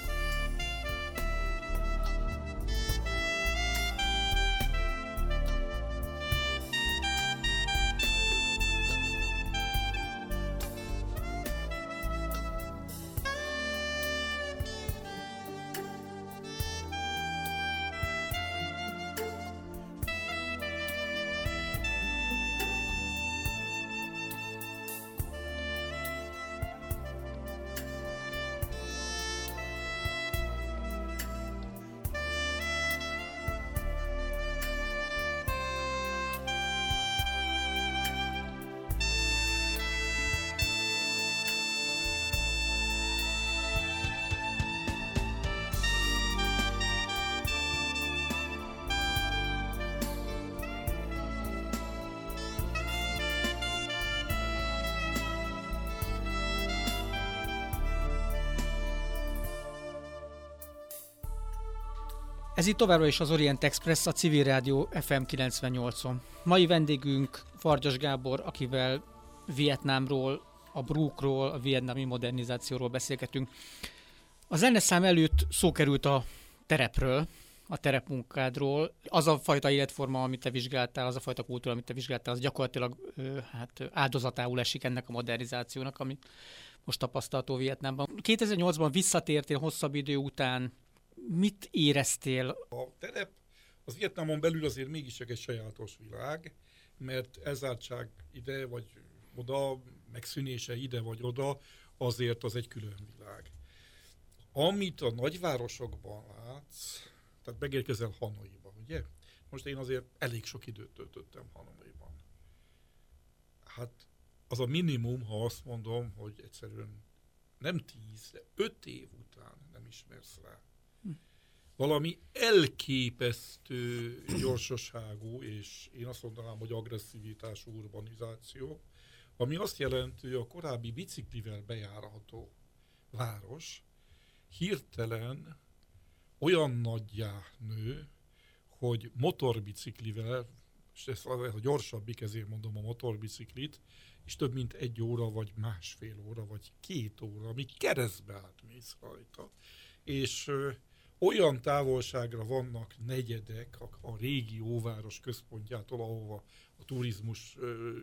Ez itt továbbra is az Orient Express, a Civil Rádió FM 98-on. Mai vendégünk Fargyas Gábor, akivel Vietnámról, a Brookról, a vietnámi modernizációról beszélgetünk. A zeneszám előtt szó került a terepről, a terepmunkádról. Az a fajta életforma, amit te vizsgáltál, az a fajta kultúra, amit te vizsgáltál, az gyakorlatilag áldozatául esik ennek a modernizációnak, ami most tapasztalható Vietnámban. 2008-ban visszatértél hosszabb idő után. Mit éreztél? A terep az Vietnámon belül azért mégis egy sajátos világ, mert elzártság ide vagy oda, megszűnése ide vagy oda, azért az egy külön világ. Amit a nagyvárosokban látsz, tehát megérkezel Hanoiba, ugye? Most én azért elég sok időt töltöttem Hanoiban. Hát az a minimum, ha azt mondom, hogy egyszerűen nem 10, de 5 év után nem ismersz rá. Valami elképesztő gyorsaságú, és én azt mondanám, hogy agresszivitású urbanizáció, ami azt jelenti, hogy a korábbi biciklivel bejárható város hirtelen olyan nagyjá nő, hogy motorbiciklivel, és ez a gyorsabbik, ezért mondom a motorbiciklit, és több mint 1 óra, vagy másfél óra, vagy 2 óra, amíg keresztbe átmész rajta. És olyan távolságra vannak negyedek a régi óváros központjától, ahova a turizmus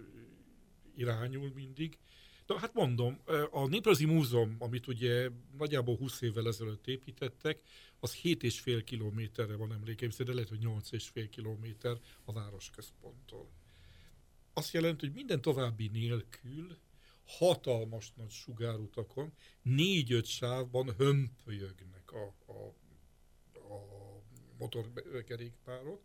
irányul mindig. De hát mondom, a Néprajzi Múzeum, amit ugye nagyjából 20 évvel ezelőtt építettek, az 7,5 kilométerre van emlékeim, de lehet, hogy 8,5 kilométer a városközponttól. Azt jelenti, hogy minden további nélkül hatalmas nagy sugárutakon 4-5 sávban hömpölyögnek a motorkerékpárok,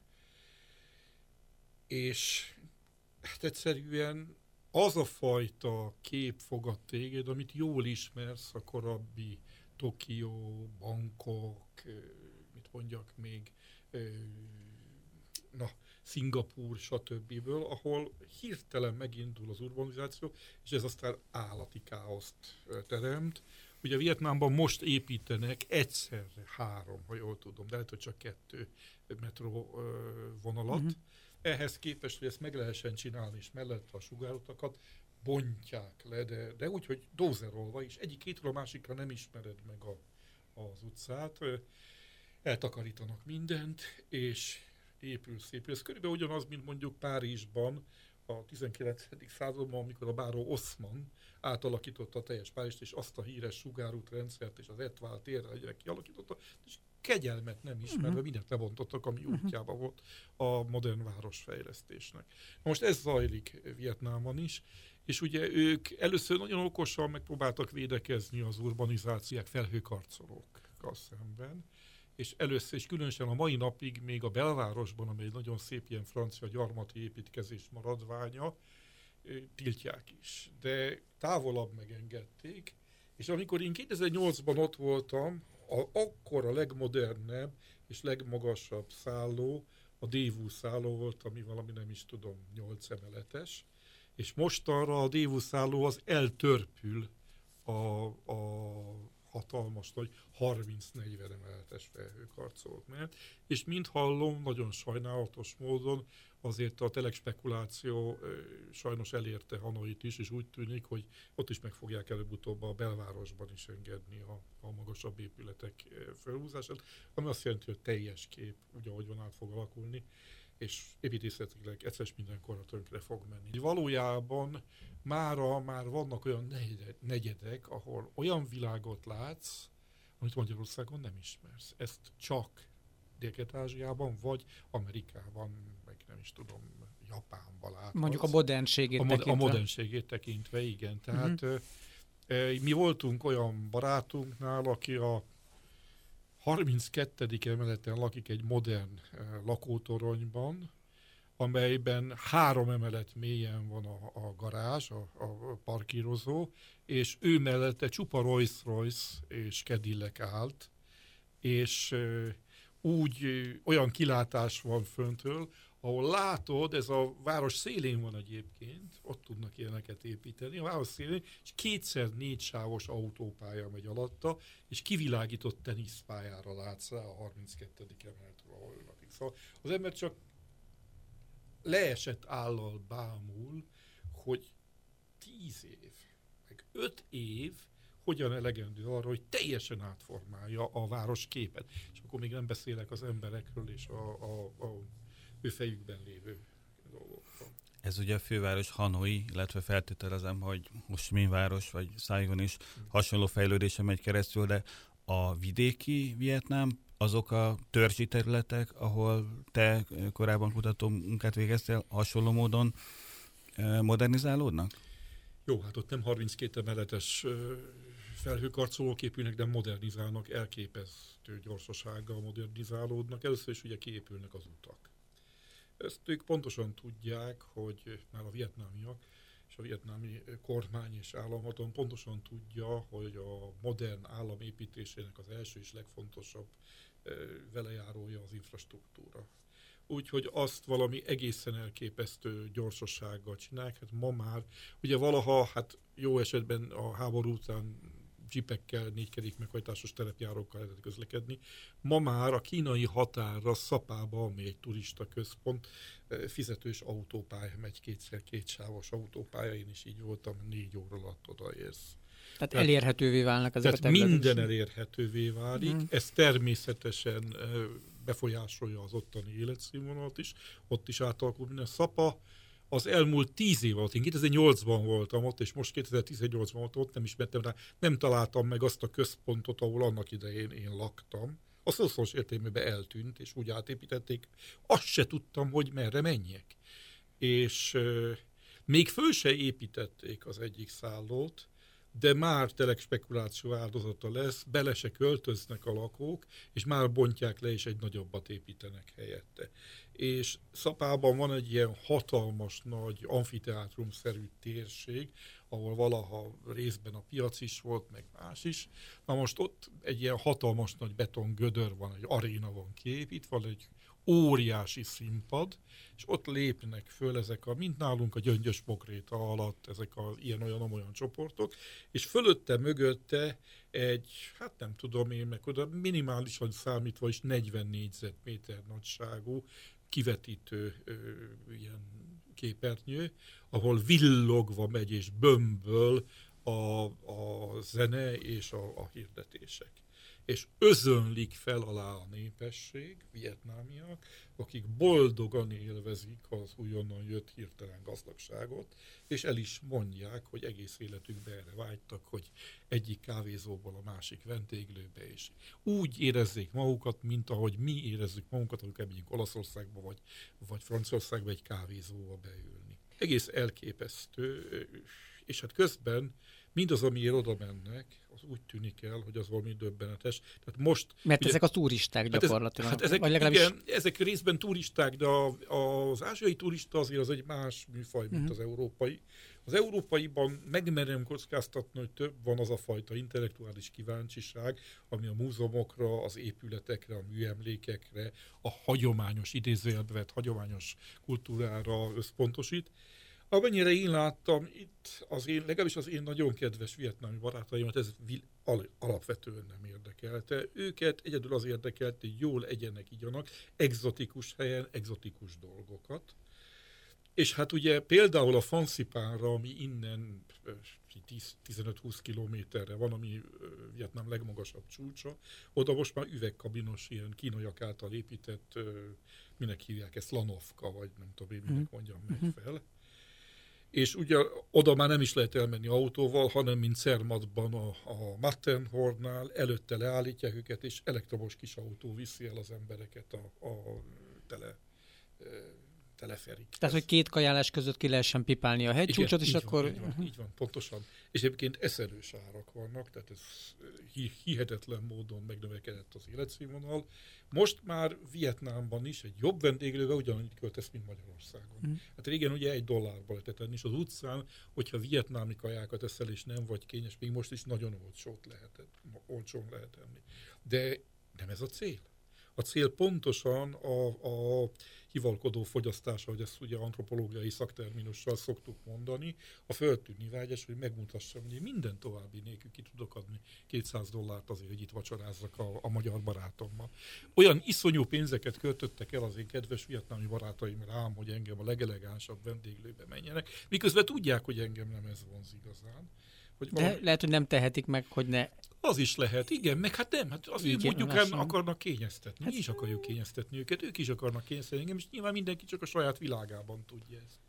és hát egyszerűen az a fajta kép fogad téged, amit jól ismersz a korábbi Tokió, Bangkok, mit mondjak még, Szingapúr, stb., ahol hirtelen megindul az urbanizáció, és ez aztán állati káoszt teremt. Ugye Vietnámban most építenek egyszerre 3, ha jól tudom, de lehet, hogy csak 2 metró vonalat. Ehhez képest, hogy ezt meg lehessen csinálni, és mellette a sugárutakat bontják le, de úgy, hogy dózerolva is. Egyik hétről a másikra nem ismered meg az utcát. Eltakarítanak mindent, és épül szép. Ez körülbelül ugyanaz, mint mondjuk Párizsban a 19. században, amikor a báró Oszman átalakította a teljes Párizst, és azt a híres sugárútrendszert és az Etval térre kialakította, és kegyelmet nem ismerve mindent lebontottak, ami útjában volt a modern városfejlesztésnek. Most ez zajlik Vietnámban is, és ugye ők először nagyon okosan megpróbáltak védekezni az urbanizációk felhőkarcolókkal szemben, és először, és különösen a mai napig még a belvárosban, amely egy nagyon szép ilyen francia gyarmati építkezés maradványa, tiltják is. De távolabb megengedték, és amikor én 2008-ban ott voltam, akkor a legmodernebb és legmagasabb szálló, a Daewoo szálló volt, ami valami nem is tudom, 8 emeletes, és mostanra a Daewoo szálló az eltörpül a hatalmas nagy 30-40 emeletes felhőkarcolók mellett, és mint hallom, nagyon sajnálatos módon azért a telekspekuláció sajnos elérte Hanoit is, és úgy tűnik, hogy ott is meg fogják előbb-utóbb a belvárosban is engedni a magasabb épületek felhúzását, ami azt jelenti, hogy teljes kép, úgy ahogy van, át fog alakulni, és építészetileg egyszer mindenkorra tönkre fog menni. Valójában már vannak olyan negyedek, ahol olyan világot látsz, amit Magyarországon nem ismersz. Ezt csak Dél-Kelet-Ázsiában, vagy Amerikában, meg nem is tudom, Japánban láthatsz. Mondjuk a modernségét tekintve. A modernségét tekintve, igen. Tehát mi voltunk olyan barátunknál, aki a 32. emeleten lakik egy modern lakótoronyban, amelyben 3 emelet mélyen van a garázs, a parkírozó, és ő mellette csupa Rolls-Royce és Cadillac állt, és úgy olyan kilátás van föntől, ahol látod, ez a város szélén van egyébként, ott tudnak ilyeneket építeni, a város szélén, és 2x4 sávos autópálya megy alatta, és kivilágított teniszpályára látsz rá a 32. emeletről, ahol ő lakik. Szóval az ember csak leesett állal bámul, hogy 10 év, meg 5 év hogyan elegendő arra, hogy teljesen átformálja a város képet. És akkor még nem beszélek az emberekről és a ő fejükben lévő dolgokról. Ez ugye a főváros Hanoi, illetve feltételezem, hogy Ho Chi Minh város vagy Saigon is hasonló fejlődésen megy keresztül, de a vidéki Vietnám, azok a törzsi területek, ahol te korábban kutató munkát végeztél, hasonló módon modernizálódnak? Jó, hát ott nem 32 emeletes felhőkarcolók épülnek, de modernizálnak, elképesztő gyorsasággal modernizálódnak. Először is ugye kiépülnek az utak. Ezt ők pontosan tudják, hogy már a vietnámiak és a vietnámi kormány és államhatalom pontosan tudja, hogy a modern állam építésének az első és legfontosabb velejárója az infrastruktúra. Úgyhogy azt valami egészen elképesztő gyorsasággal csinálják. Hát ma már, ugye valaha, hát jó esetben a háború után jeepekkel, 4 kerékmeghajtásos terepjárókkal lehetett közlekedni. Ma már a kínai határra, Szapába, ami egy turista központ, fizetős autópálya megy, 2x2 sávos autópálya, én is így voltam, 4 óra alatt odaérsz. Tehát elérhetővé válnak ezek a területek. Minden elérhetővé válik, ez természetesen befolyásolja az ottani életszínvonalat is, ott is átalakul minden. Szapa az elmúlt 10 év alatt, én 2008-ban voltam ott, és most 2018-ban voltam ott, nem ismertem rá, nem találtam meg azt a központot, ahol annak idején én laktam. A szószoros értelmében eltűnt, és úgy átépítették, azt se tudtam, hogy merre menjek. És még föl se építették az egyik szállót, de már telekspekuláció áldozata lesz, bele se költöznek a lakók, és már bontják le, és egy nagyobbat építenek helyette. És Szapában van egy ilyen hatalmas nagy amfiteátrumszerű térség, ahol valaha részben a piac is volt, meg más is. Na most ott egy ilyen hatalmas nagy betongödör van, egy aréna van kiépítve, van egy óriási színpad, és ott lépnek föl ezek mint nálunk a Gyöngyös Mokréta alatt, ezek az ilyen-olyan csoportok, és fölötte, mögötte egy, hát nem tudom én meg, oda minimálisan számítva is 40 négyzetméter nagyságú kivetítő ilyen képernyő, ahol villogva megy és bömböl a zene és a hirdetések. És özönlik fel alá a népesség, vietnámiak, akik boldogan élvezik az újonnan jött hirtelen gazdagságot, és el is mondják, hogy egész életükben erre vágytak, hogy egyik kávézóból a másik vendéglőbe, és úgy érezzék magukat, mint ahogy mi érezzük magunkat, amikor elmegyünk Olaszországba vagy Franciaországba egy kávézóba beülni. Egész elképesztő, és hát közben mindaz, amiért oda mennek, az úgy tűnik el, hogy az valami döbbenetes. Tehát most, mert ugye, ezek a turisták gyakorlatilag. Ezek részben turisták, de az ázsiai turista azért az egy más műfaj, mint az európai. Az európaiban megmerem kockáztatni, hogy több van az a fajta intellektuális kíváncsiság, ami a múzeumokra, az épületekre, a műemlékekre, a hagyományos idézőjelbe vett hagyományos kultúrára összpontosít. Amennyire én láttam, itt legalábbis az én nagyon kedves vietnámi barátaimat ez alapvetően nem érdekelte. Őket egyedül az érdekelte, hogy jól egyenek, igyanak, egzotikus helyen, egzotikus dolgokat. És hát ugye például a Fansipanra, ami innen 15-20 kilométerre van, ami Vietnám legmagasabb csúcsa, oda most már üvegkabinos, ilyen kínaiak által épített, minek hívják ezt, lanovka, vagy nem tudom én, minek mondjam, megy fel. És ugye oda már nem is lehet elmenni autóval, hanem mint Zermattban a Matterhornnál, előtte leállítják őket, és elektromos kis autó viszi el az embereket a teleferik. Tehát, hogy két kajálás között ki lehessen pipálni a hegycsúcsot, és akkor... Így van, pontosan. És egyébként eszelős árak vannak, tehát ez hihetetlen módon megnövekedett az életszínvonal. Most már Vietnámban is egy jobb vendéglőbe ugyanannyit költesz, mint Magyarországon. Hát régen ugye $1 lehetett tenni, és az utcán, hogyha vietnámi kajákat eszel, és nem vagy kényes, még most is nagyon olcsón lehet enni. De nem ez a cél. A cél pontosan a hivalkodó fogyasztása, hogy ezt ugye antropológiai szakterminussal szoktuk mondani, a föltűnni vágyás, hogy megmutassam, hogy minden további nélkül ki tudok adni $200 azért, hogy itt vacsorázzak a magyar barátommal. Olyan iszonyú pénzeket költöttek el az én kedves vietnámi barátaim rám, hogy engem a legelegánsabb vendéglőbe menjenek, miközben tudják, hogy engem nem ez vonz igazán. De lehet, hogy nem tehetik meg, hogy ne... Az is lehet, igen, meg hát nem, hát azért mondjuk akarnak kényeztetni. Mi is akarjuk kényeztetni őket, ők is akarnak kényeztetni engem, és nyilván mindenki csak a saját világában tudja ezt.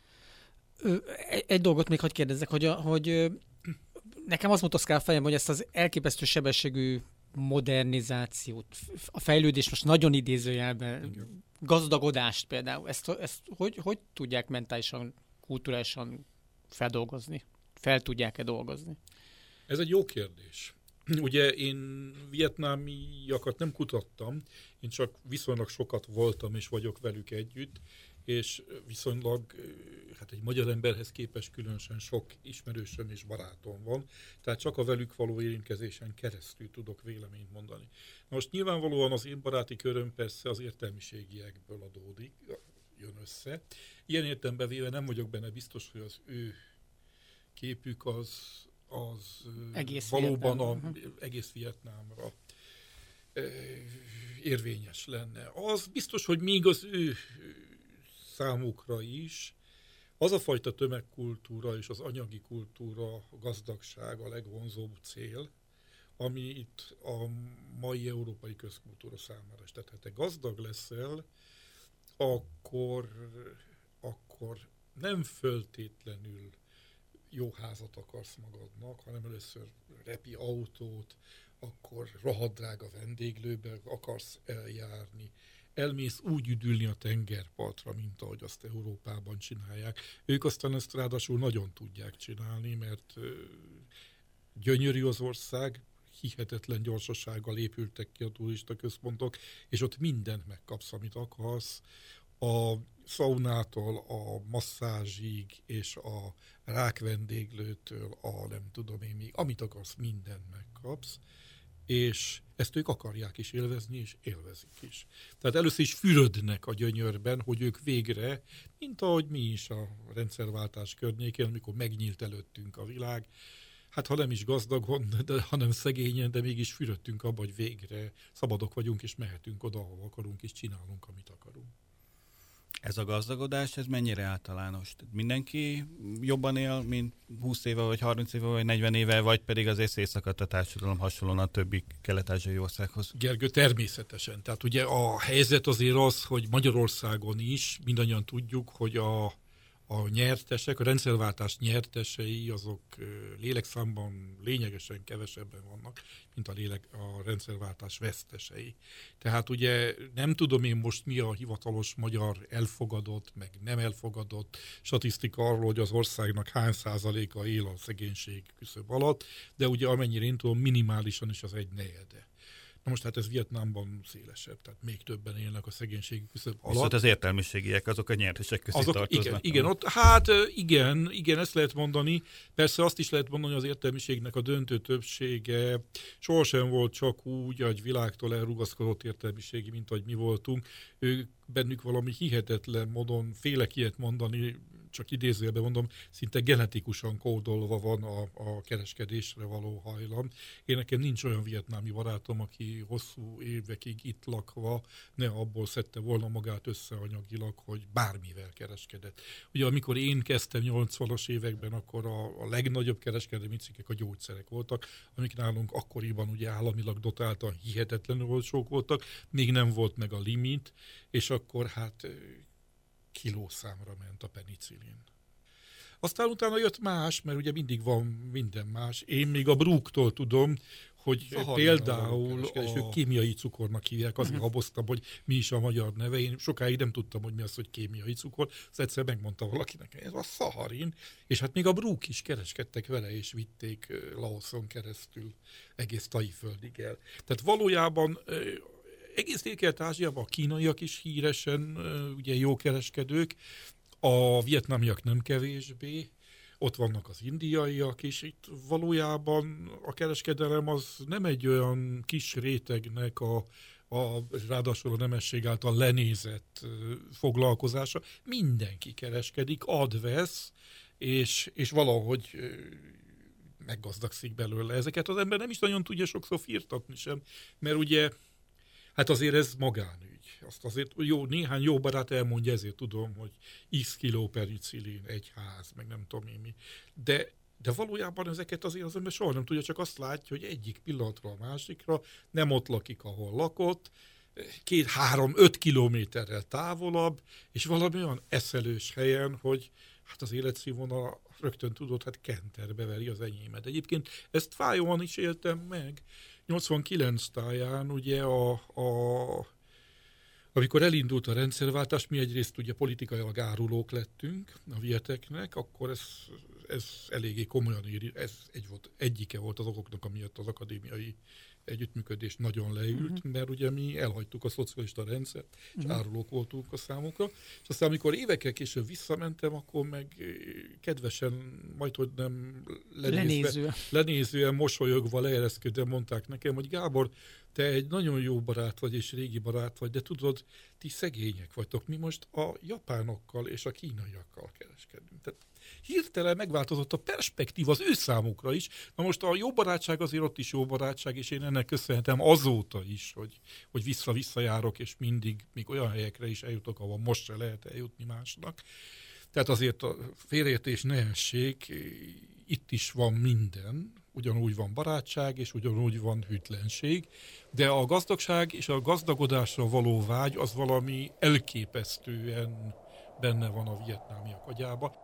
Egy dolgot még hadd kérdezzek, hogy nekem az motoszkál a fejem, hogy ezt az elképesztő sebességű modernizációt, a fejlődés most nagyon idézőjelben, gazdagodást például, ezt hogy tudják mentálisan, kulturálisan feldolgozni? Fel tudják-e dolgozni? Ez egy jó kérdés. Ugye én vietnámiakat nem kutattam, én csak viszonylag sokat voltam és vagyok velük együtt, és viszonylag hát egy magyar emberhez képest különösen sok ismerősöm és barátom van, tehát csak a velük való érintkezésen keresztül tudok véleményt mondani. Most nyilvánvalóan az én baráti köröm persze az értelmiségiekből adódik, jön össze. Ilyen értelemben véve nem vagyok benne biztos, hogy az ő képük az egész valóban egész Vietnámra érvényes lenne. Az biztos, hogy még az ő számukra is az a fajta tömegkultúra és az anyagi kultúra, a gazdagság a legvonzóbb cél, ami itt a mai európai közkultúra számára is. Tehát ha te gazdag leszel, akkor nem föltétlenül jó házat akarsz magadnak, hanem először repi autót, akkor rohaddrága vendéglőbe akarsz eljárni, elmész úgy üdülni a tengerpartra, mint ahogy azt Európában csinálják. Ők aztán ezt ráadásul nagyon tudják csinálni, mert gyönyörű az ország, hihetetlen gyorsasággal épültek ki a turista központok, és ott mindent megkapsz, amit akarsz. A szaunától, a masszázsig, és a rákvendéglőtől, nem tudom én még, amit akarsz, mindent megkapsz, és ezt ők akarják is élvezni, és élvezik is. Tehát először is fürödnek a gyönyörben, hogy ők végre, mint ahogy mi is a rendszerváltás környékén, amikor megnyílt előttünk a világ, hát ha nem is gazdagon, hanem szegényen, de mégis fürödtünk abba, hogy végre szabadok vagyunk, és mehetünk oda, ahol akarunk, és csinálunk, amit akarunk. Ez a gazdagodás, ez mennyire általános? Mindenki jobban él, mint 20 éve, vagy 30 éve, vagy 40 éve, vagy pedig azért szétszakadt a társadalom hasonlóan a többi kelet-ázsiai országhoz? Gergő, természetesen. Tehát ugye a helyzet azért az, hogy Magyarországon is mindannyian tudjuk, hogy a a nyertesek, a rendszerváltás nyertesei, azok lélekszámban lényegesen kevesebben vannak, mint a rendszerváltás vesztesei. Tehát ugye nem tudom én most mi a hivatalos magyar elfogadott, meg nem elfogadott statisztika arról, hogy az országnak hány százaléka él a szegénység küszöb alatt, de ugye amennyire én tudom, minimálisan is az 1/4. Na most hát ez Vietnámban szélesebb, tehát még többen élnek a szegénységi küszöb alatt. Viszont az értelmiségiek azok a nyertesek közé tartoznak. Igen, ezt lehet mondani. Persze azt is lehet mondani, hogy az értelmiségnek a döntő többsége sohasem volt csak úgy, egy világtól elrugaszkodott értelmiségi, mint ahogy mi voltunk. Bennük valami hihetetlen módon, félek ilyet mondani, csak idézőjelben mondom, szinte genetikusan kódolva van a kereskedésre való hajlam. Én nekem nincs olyan vietnámi barátom, aki hosszú évekig itt lakva ne abból szedte volna magát össze anyagilag, hogy bármivel kereskedett. Ugye amikor én kezdtem 80-as években, akkor a legnagyobb kereskedelmi cikkek a gyógyszerek voltak, amik nálunk akkoriban ugye államilag dotáltan hihetetlenül olcsók voltak, még nem volt meg a limit, és akkor hát kilószámra ment a penicillin. Aztán utána jött más, mert ugye mindig van minden más. Én még a Brooktól tudom, hogy például a kémiai cukornak hívják, azért haboztam, hogy mi is a magyar neve. Én sokáig nem tudtam, hogy mi az, hogy kémiai cukor. Azt egyszer megmondta valakinek, ez a szaharin, és hát még a Brook is kereskedtek vele, és vitték Laoszon keresztül egész Tajföldig el. Tehát valójában egész Dél-Kelet-Ázsiában a kínaiak is híresen ugye jó kereskedők, a vietnámiak nem kevésbé, ott vannak az indiaiak, és itt valójában a kereskedelem az nem egy olyan kis rétegnek ráadásul a nemesség által lenézett foglalkozása. Mindenki kereskedik, ad-vesz, és valahogy meggazdagszik belőle. Ezeket az ember nem is nagyon tudja sokszor firtatni sem, mert ugye hát azért ez magánügy. Azt azért néhány jó barát elmondja, ezért tudom, hogy x kiló penicillin, egy ház, meg nem tudom én mi. De valójában ezeket azért az ember soha nem tudja, csak azt látja, hogy egyik pillanatra a másikra nem ott lakik, ahol lakott, 2-3-5 kilométerrel távolabb, és valami olyan eszelős helyen, hogy hát az életszínvonal rögtön tudod, hát kenterbe veri az enyémet. Egyébként ezt fájóan is éltem meg. 89 táján ugye amikor elindult a rendszerváltás, mi egyrészt ugye politikailag árulók lettünk a vieteknek, akkor ez eléggé komolyan egyike volt az okoknak, amiatt az akadémiai együttműködés nagyon leült, mert ugye mi elhagytuk a szocialista rendszert, és árulók voltunk a számukra. És aztán, amikor évekkel később visszamentem, akkor meg kedvesen, majdhogy nem lenézően, mosolyogva, leereszkedve mondták nekem, hogy Gábor, te egy nagyon jó barát vagy, és régi barát vagy, de tudod, ti szegények vagytok, mi most a japánokkal és a kínaiakkal kereskedünk. Tehát hirtelen megváltozott a perspektíva az ő számukra is. Na most a jó barátság azért ott is jó barátság, és én ennek köszönhetem azóta is, hogy vissza-vissza járok, és mindig még olyan helyekre is eljutok, ahol most se lehet eljutni másnak. Tehát azért a félreértés ne essék, itt is van minden, ugyanúgy van barátság, és ugyanúgy van hűtlenség, de a gazdagság és a gazdagodásra való vágy az valami elképesztően benne van a vietnámiak agyába.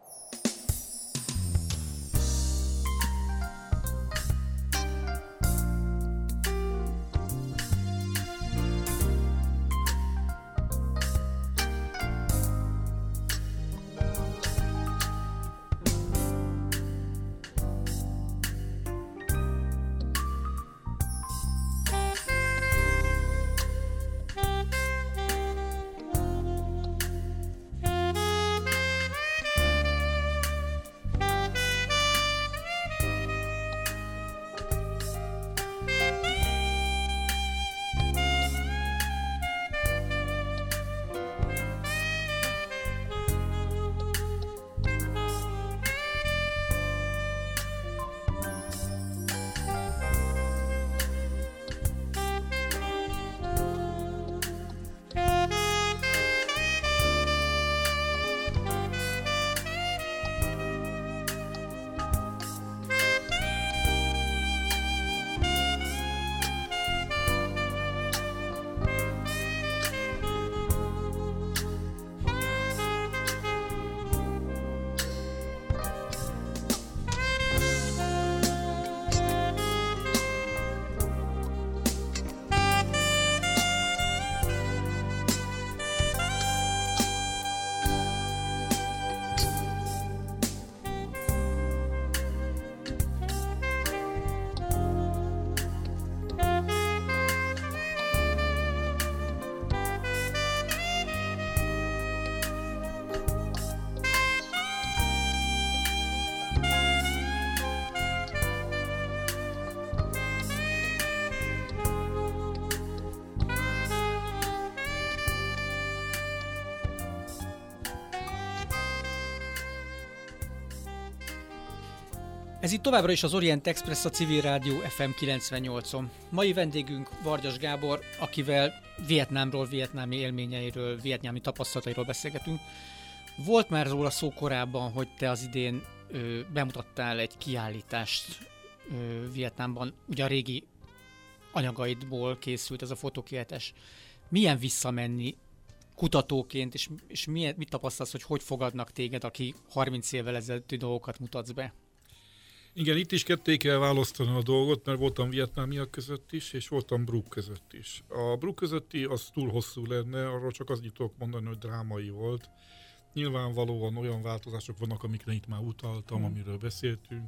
Ez itt továbbra is az Orient Express, a Civil Rádió FM 98-on. Mai vendégünk Vargyas Gábor, akivel Vietnámról, vietnámi élményeiről, vietnámi tapasztalatairól beszélgetünk. Volt már róla szó korábban, hogy te az idén bemutattál egy kiállítást Vietnámban, ugye a régi anyagaidból készült ez a fotókiállítás. Milyen visszamenni kutatóként, és mit tapasztalsz, hogy fogadnak téged, aki 30 évvel ezelőtti dolgokat mutatsz be? Igen, itt is ketté kell választani a dolgot, mert voltam vietnámiak között is, és voltam Brook között is. A Brook közötti az túl hosszú lenne, arról csak azt tudok mondani, hogy drámai volt. Nyilvánvalóan olyan változások vannak, amikre itt már utaltam, amiről beszéltünk,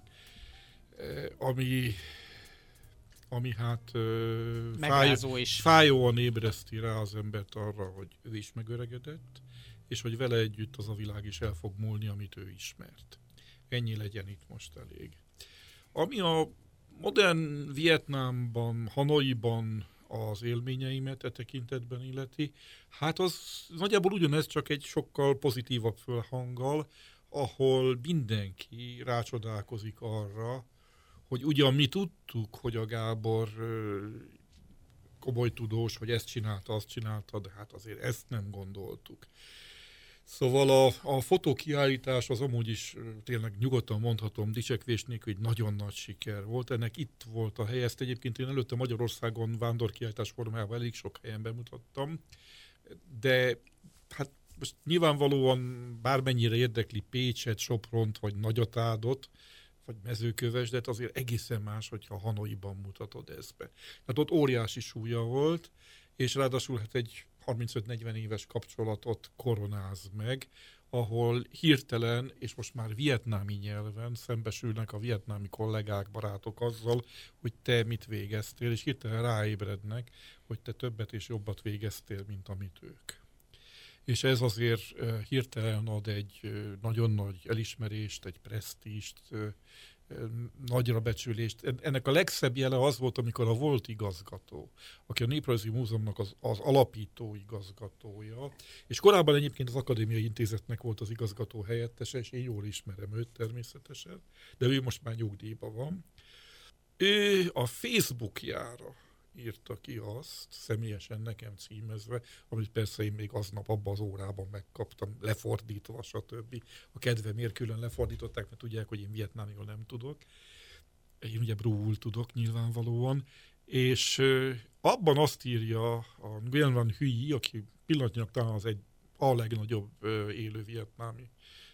ami hát fájóan ébreszti rá az embert arra, hogy ő is megöregedett, és hogy vele együtt az a világ is el fog múlni, amit ő ismert. Ennyi legyen itt most elég. Ami a modern Vietnámban, Hanoiban az élményeimet tekintetben illeti, hát az nagyjából ugyanez, csak egy sokkal pozitívabb fölhanggal, ahol mindenki rácsodálkozik arra, hogy ugyan mi tudtuk, hogy a Gábor komoly tudós, hogy ezt csinálta, azt csinálta, de hát azért ezt nem gondoltuk. Szóval a fotókiállítás az amúgy is tényleg nyugodtan mondhatom, dicsekvés nélkül, hogy nagyon nagy siker volt. Ennek itt volt a helye. Ezt egyébként én előtte Magyarországon vándorkiállítás formában elég sok helyen bemutattam, de hát most nyilvánvalóan bármennyire érdekli Pécset, Sopront vagy Nagyatádot, vagy Mezőkövesdet, azért egészen más, hogyha Hanoiban mutatod ezt be. Tehát ott óriási súlya volt, és ráadásul hát egy 35-40 éves kapcsolatot koronáz meg, ahol hirtelen, és most már vietnámi nyelven szembesülnek a vietnámi kollégák, barátok azzal, hogy te mit végeztél, és hirtelen ráébrednek, hogy te többet és jobbat végeztél, mint amit ők. És ez azért hirtelen ad egy nagyon nagy elismerést, egy presztízst, nagyra becsülést. Ennek a legszebb jele az volt, amikor a volt igazgató, aki a Néprajzi Múzeumnak az alapító igazgatója, és korábban egyébként az Akadémiai Intézetnek volt az igazgató helyettese, és én jól ismerem őt természetesen, de ő most már nyugdíjban van. Ő a Facebookjára írta ki azt, személyesen nekem címezve, amit persze én még aznap abban az órában megkaptam, lefordítva, stb. A kedvemért külön lefordították, mert tudják, hogy én vietnámiul nem tudok. Én ugye brúul tudok nyilvánvalóan, és abban azt írja a Nguyen Van Huy, aki pillanatnyilag talán az a legnagyobb élő vietnámi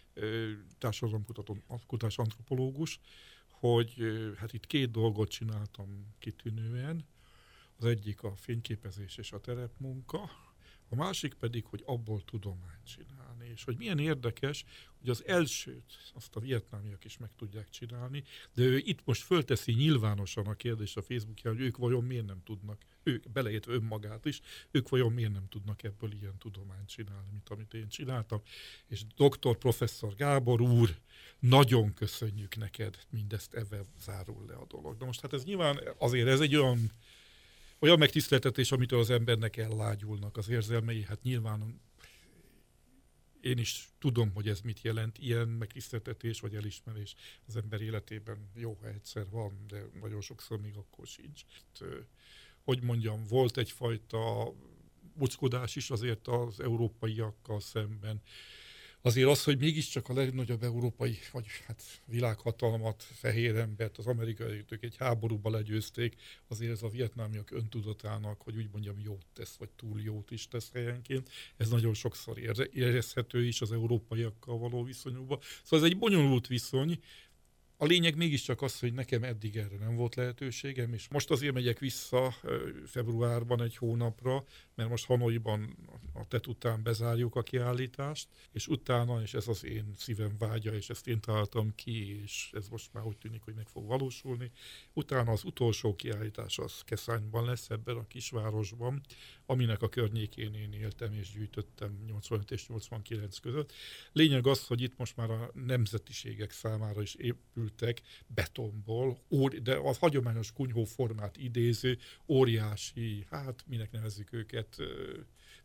társadalomkutatás antropológus, hogy hát itt két dolgot csináltam kitűnően. Az egyik a fényképezés és a terepmunka, a másik pedig, hogy abból tudományt csinálni. És hogy milyen érdekes, hogy az elsőt, azt a vietnámiak is meg tudják csinálni, de ő itt most fölteszi nyilvánosan a kérdést a Facebookján, hogy ők vajon miért nem tudnak, ők beleértve önmagát is, ők vajon miért nem tudnak ebből ilyen tudományt csinálni, mint amit én csináltam. És doktor, professzor Gábor úr, nagyon köszönjük neked, mindezt ebben zárul le a dolog. De most hát ez nyilván azért ez egy olyan megtiszteltetés, amitől az embernek ellágyulnak az érzelmei, hát nyilván én is tudom, hogy ez mit jelent, ilyen megtiszteltetés vagy elismerés az ember életében jó, ha egyszer van, de nagyon sokszor még akkor sincs. Hogy mondjam, volt egyfajta buckodás is azért az európaiakkal szemben. Azért az, hogy mégiscsak a legnagyobb európai, vagy hát világhatalmat, fehér embert, az amerikaiak egy háborúba legyőzték, azért ez a vietnámiak öntudatának, hogy úgy mondjam, jót tesz, vagy túl jót is tesz helyenként. Ez nagyon sokszor érezhető is az európaiakkal való viszonyukban. Szóval ez egy bonyolult viszony. A lényeg mégiscsak az, hogy nekem eddig erre nem volt lehetőségem, és most azért megyek vissza februárban egy hónapra, mert most Hanoiban a TET után bezárjuk a kiállítást, és utána, és ez az én szívem vágya, és ezt én találtam ki, és ez most már úgy tűnik, hogy meg fog valósulni. Utána az utolsó kiállítás az Keszányban lesz, ebben a kisvárosban, aminek a környékén én éltem és gyűjtöttem 85 és 89 között. Lényeg az, hogy itt most már a nemzetiségek számára is épültek betonból, de a hagyományos kunyhó formát idéző, óriási, hát minek nevezzük őket,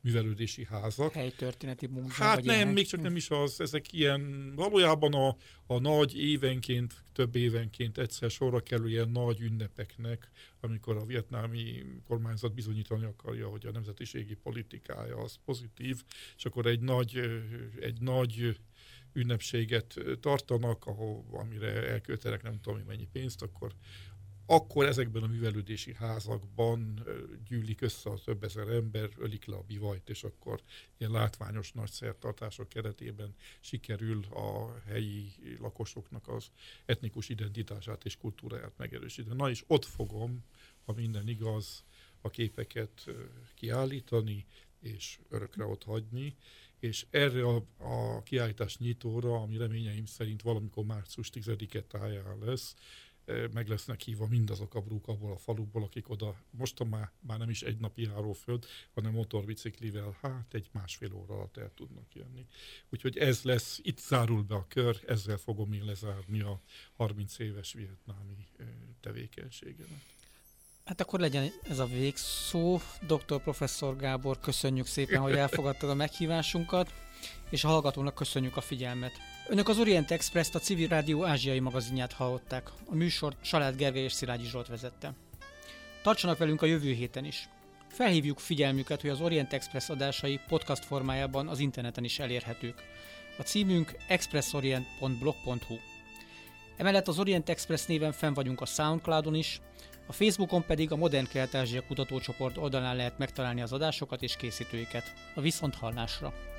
művelődési házak. Helytörténeti múzeum. Hát nem, még csak nem is az, ezek ilyen, valójában a nagy évenként, több évenként egyszer sorra kerül ilyen nagy ünnepeknek, amikor a vietnámi kormányzat bizonyítani akarja, hogy a nemzetiségi politikája az pozitív, és akkor egy nagy ünnepséget tartanak, amire elköltenek nem tudom mennyi pénzt, akkor ezekben a művelődési házakban gyűlik össze a több ezer ember, ölik le a bivajt, és akkor ilyen látványos nagy szertartások keretében sikerül a helyi lakosoknak az etnikus identitását és kultúráját megerősíteni. Na és ott fogom, ha minden igaz, a képeket kiállítani, és örökre ott hagyni, és erre a kiállítás nyitóra, ami reményeim szerint valamikor március 10-e táján lesz, meg lesznek hívva mindazok a brúk abból a falukból, akik oda most már nem is egy napi járóföld, hanem motorbiciklivel, egy másfél óra alatt el tudnak jönni. Úgyhogy ez lesz, itt zárul be a kör, ezzel fogom én lezárni a 30 éves vietnámi tevékenységemet. Hát akkor legyen ez a végszó. Dr. Professzor Gábor, köszönjük szépen, hogy elfogadtad a meghívásunkat, és a hallgatónak köszönjük a figyelmet. Önök az Orient Express-t, a Civil Rádió ázsiai magazinját hallották. A műsort Salád Gergely és Szilágyi Zsolt vezette. Tartsanak velünk a jövő héten is. Felhívjuk figyelmüket, hogy az Orient Express adásai podcast formájában az interneten is elérhetők. A címünk expressorient.blog.hu. Emellett az Orient Express néven fenn vagyunk a Soundcloudon is, a Facebookon pedig a Modern Kelet-Ázsia kutatócsoport oldalán lehet megtalálni az adásokat és készítőiket. A viszonthallásra!